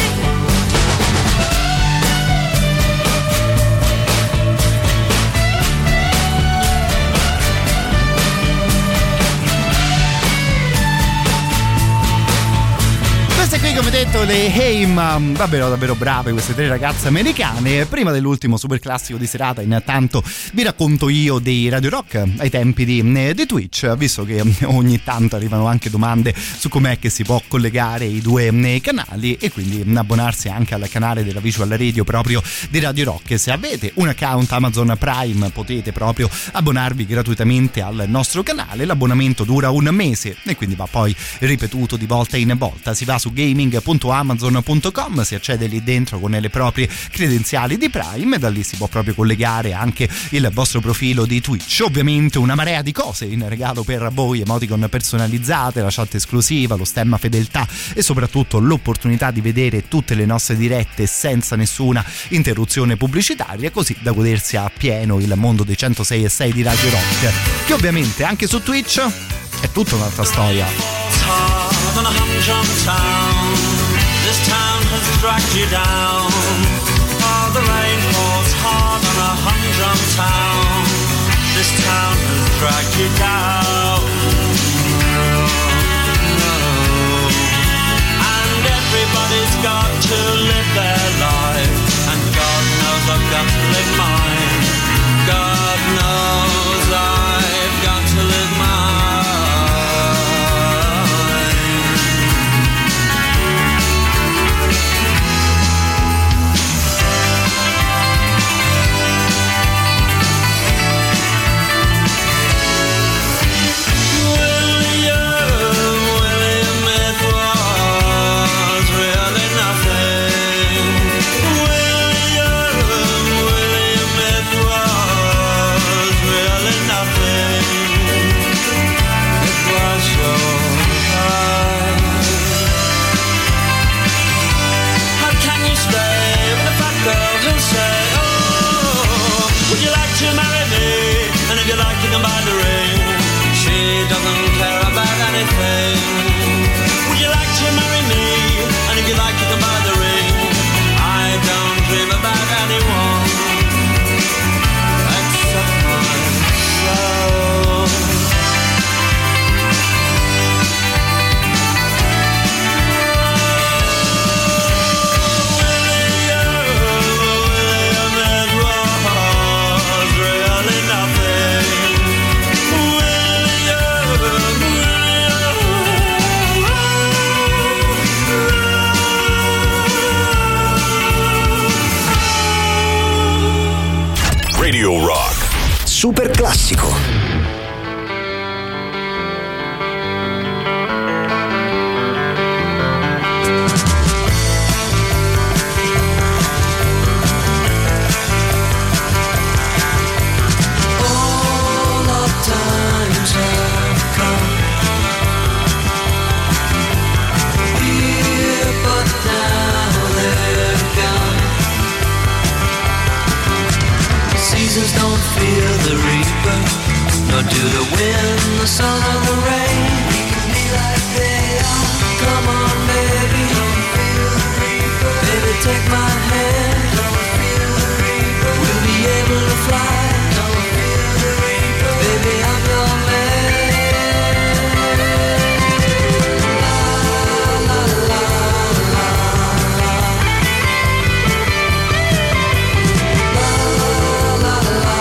Queste qui, come detto, le Haim, davvero davvero brave queste tre ragazze americane. Prima dell'ultimo super classico di serata, intanto vi racconto io dei Radio Rock ai tempi di, di Twitch, visto che ogni tanto arrivano anche domande su com'è che si può collegare i due canali e quindi abbonarsi anche al canale della Visual Radio proprio di Radio Rock. Se avete un account Amazon Prime potete proprio abbonarvi gratuitamente al nostro canale. L'abbonamento dura un mese e quindi va poi ripetuto di volta in volta. Si va su gaming punto amazon punto com, si accede lì dentro con le proprie credenziali di Prime e da lì si può proprio collegare anche il vostro profilo di Twitch. Ovviamente una marea di cose in regalo per voi: emoticon personalizzate, la chat esclusiva, lo stemma fedeltà e soprattutto l'opportunità di vedere tutte le nostre dirette senza nessuna interruzione pubblicitaria, così da godersi a pieno il mondo dei centosei e sei di Radio Rock, che ovviamente anche su Twitch è tutta un'altra storia. Hard on a humdrum town. This town has dragged you down. Oh, the rain falls hard on a humdrum town. This town has dragged you down. No. And everybody's got to live their life. And God knows I've got to live mine. God knows I've got to live mine. Doesn't care about anything. Would you like to marry me? And if you like, you can buy the ring. I don't dream about anyone except myself. William, William, it was really nothing. Radio Rock. Super classico. Don't feel the reaper, nor do the wind, the sun, or the rain. We can be like they are. Come on, baby. Don't feel the reaper. Baby, take my hand. Don't feel the reaper. We'll be able to fly. Don't feel the reaper. Baby, I'm your man. La la la la la. La la la.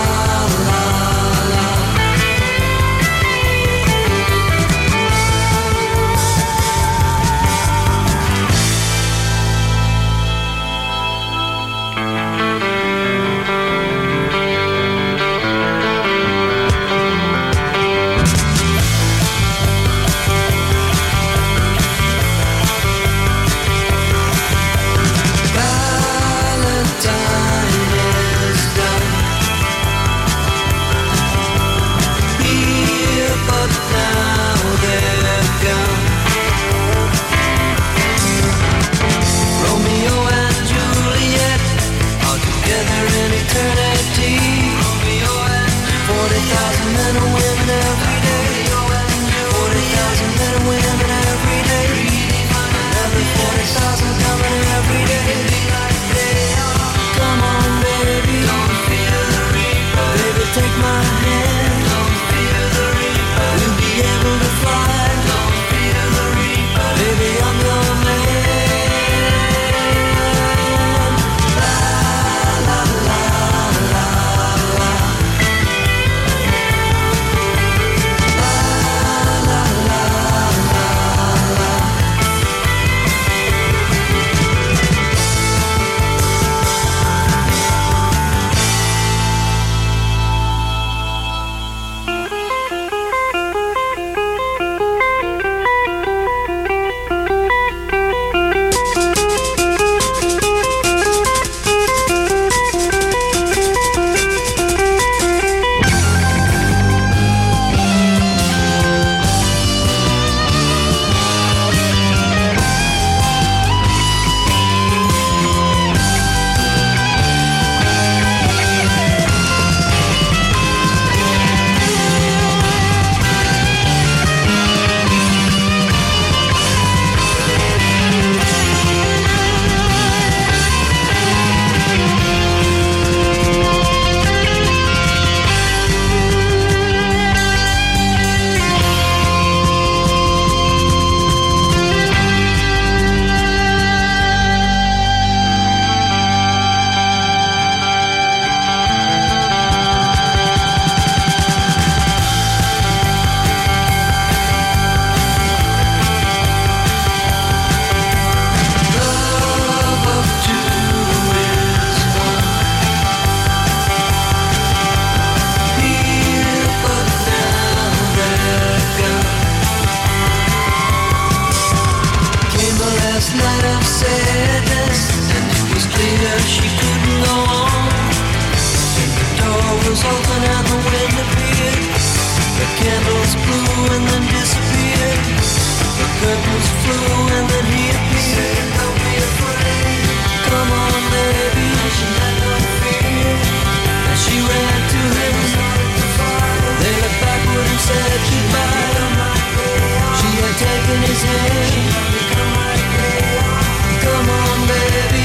candles blew and then disappeared. The curtains flew and then he appeared. Don't be afraid, come on baby, she had no fear. And she ran to him, they looked backward and said goodbye. She had taken his hand, come on baby.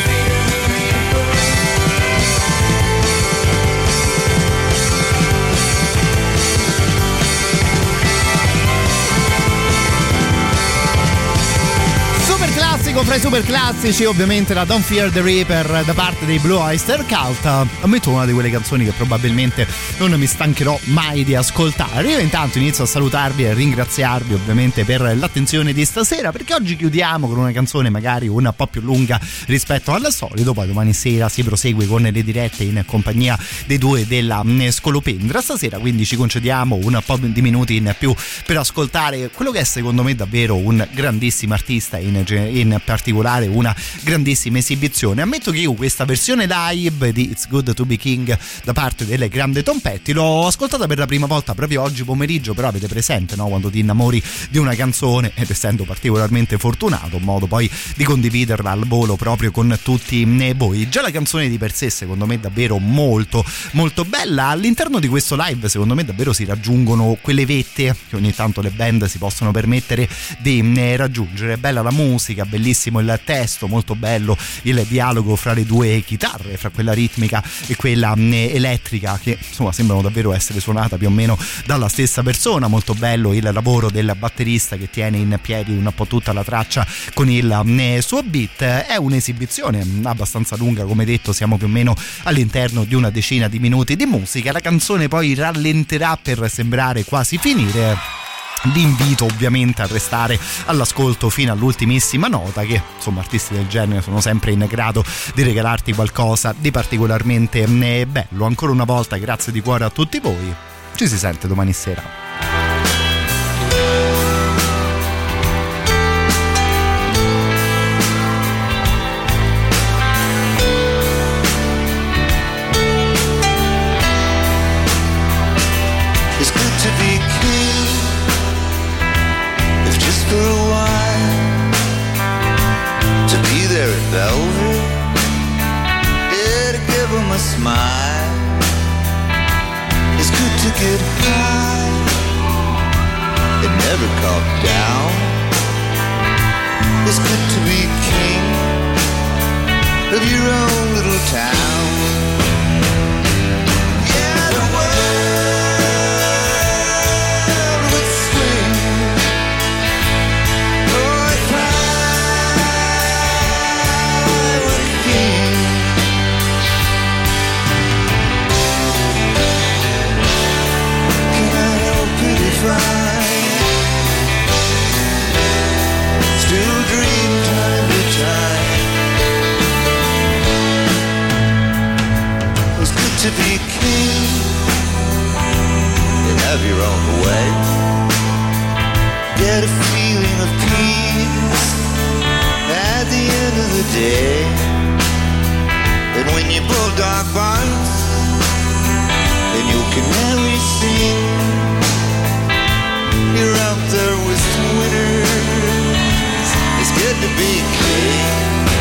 Super classico fra i super classici, ovviamente la Don't Fear the Reaper da parte dei Blue Oyster Cult. Ammetto una di quelle canzoni che probabilmente non mi stancherò mai di ascoltare. Io intanto inizio a salutarvi e a ringraziarvi ovviamente per l'attenzione di stasera, perché oggi chiudiamo con una canzone magari un po' più lunga rispetto al solito. Poi domani sera si prosegue con le dirette in compagnia dei due della Scolopendra. Stasera quindi ci concediamo un po' di minuti in più per ascoltare quello che è secondo me davvero un grandissimo artista, in, in particolare una grandissima esibizione. Ammetto che io questa versione live di It's Good to Be King da parte delle Grande Tom Petty l'ho ascoltata per la prima volta proprio oggi pomeriggio, però avete presente, no? Quando ti innamori di una canzone, ed essendo particolarmente fortunato, ho modo poi di condividerla al volo proprio con tutti voi. Già la canzone di per sé secondo me è davvero molto molto bella. All'interno di questo live secondo me davvero si raggiungono quelle vette che ogni tanto le band si possono permettere di raggiungere. Bella la musica, bellissimo il testo, molto bello il dialogo fra le due chitarre, fra quella ritmica e quella elettrica, che insomma sembrano davvero essere suonata più o meno dalla stessa persona. Molto bello il lavoro del batterista che tiene in piedi un po' tutta la traccia con il suo beat. È un'esibizione abbastanza lunga, come detto, siamo più o meno all'interno di una decina di minuti di musica. La canzone poi rallenterà per sembrare quasi finire. Vi invito ovviamente a restare all'ascolto fino all'ultimissima nota, che insomma artisti del genere sono sempre in grado di regalarti qualcosa di particolarmente bello. Ancora una volta grazie di cuore a tutti voi, ci si sente domani sera. It's good to be king, if just for a while, to be there at velvet, yeah, to give them a smile. It's good to get high and never come down. It's good to be king of your own little town. Yeah, the world would swing. Oh, if I were king. Can I help it if I still dream time to time? It's good to be king and have your own way. Get a feeling of peace at the end of the day. And when your bulldog barks and your canary sings, you're out there with winners. It's good to be king.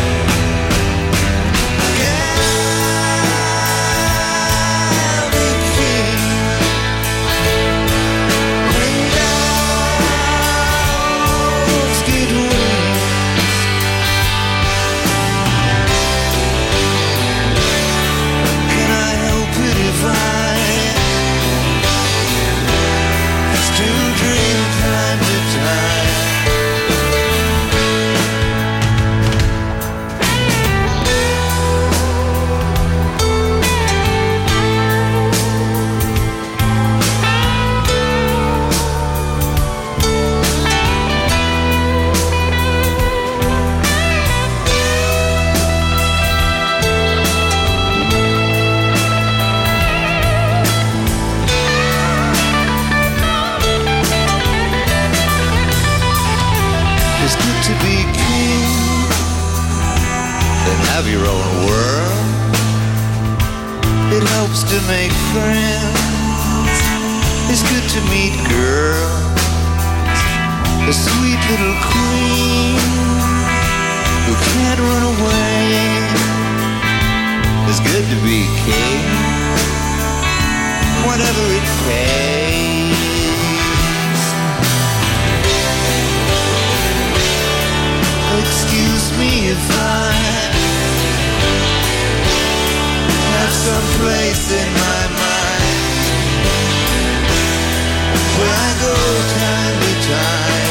It's good to be king and have your own world. It helps to make friends It's good to meet girls, a sweet little queen who can't run away. It's good to be king, whatever it pays. Excuse me if I have some place in my mind where I go time to time.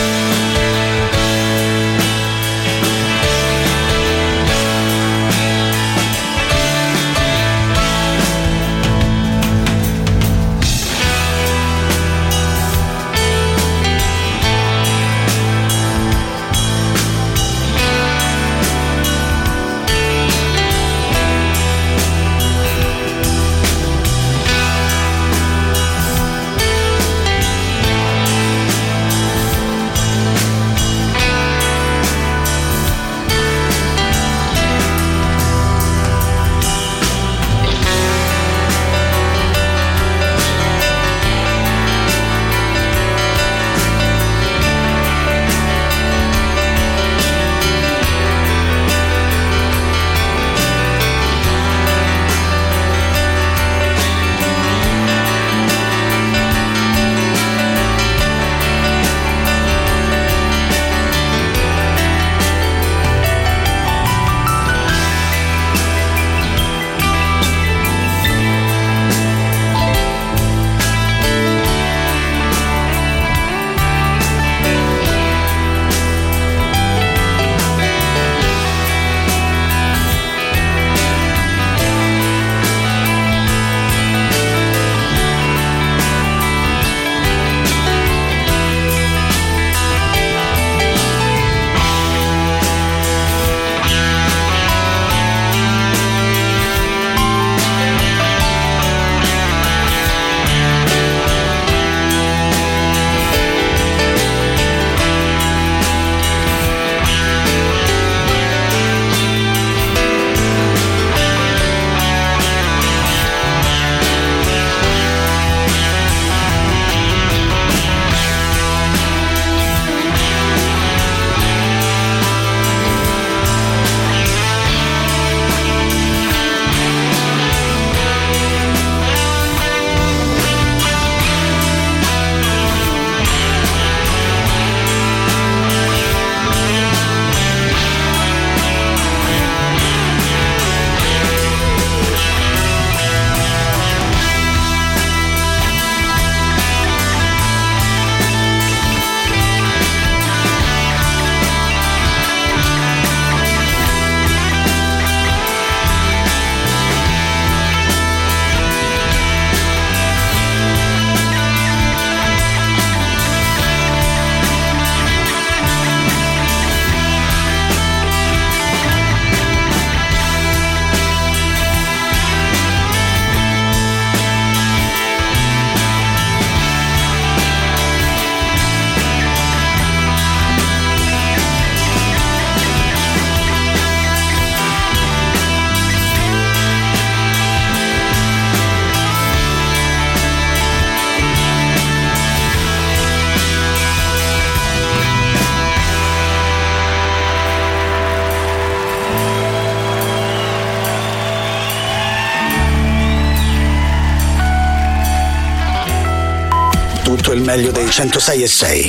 tutto il meglio dei centosei e sei.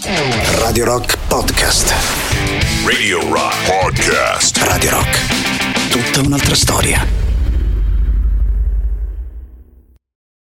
Radio Rock Podcast. Radio Rock Podcast. Radio Rock. Tutta un'altra storia.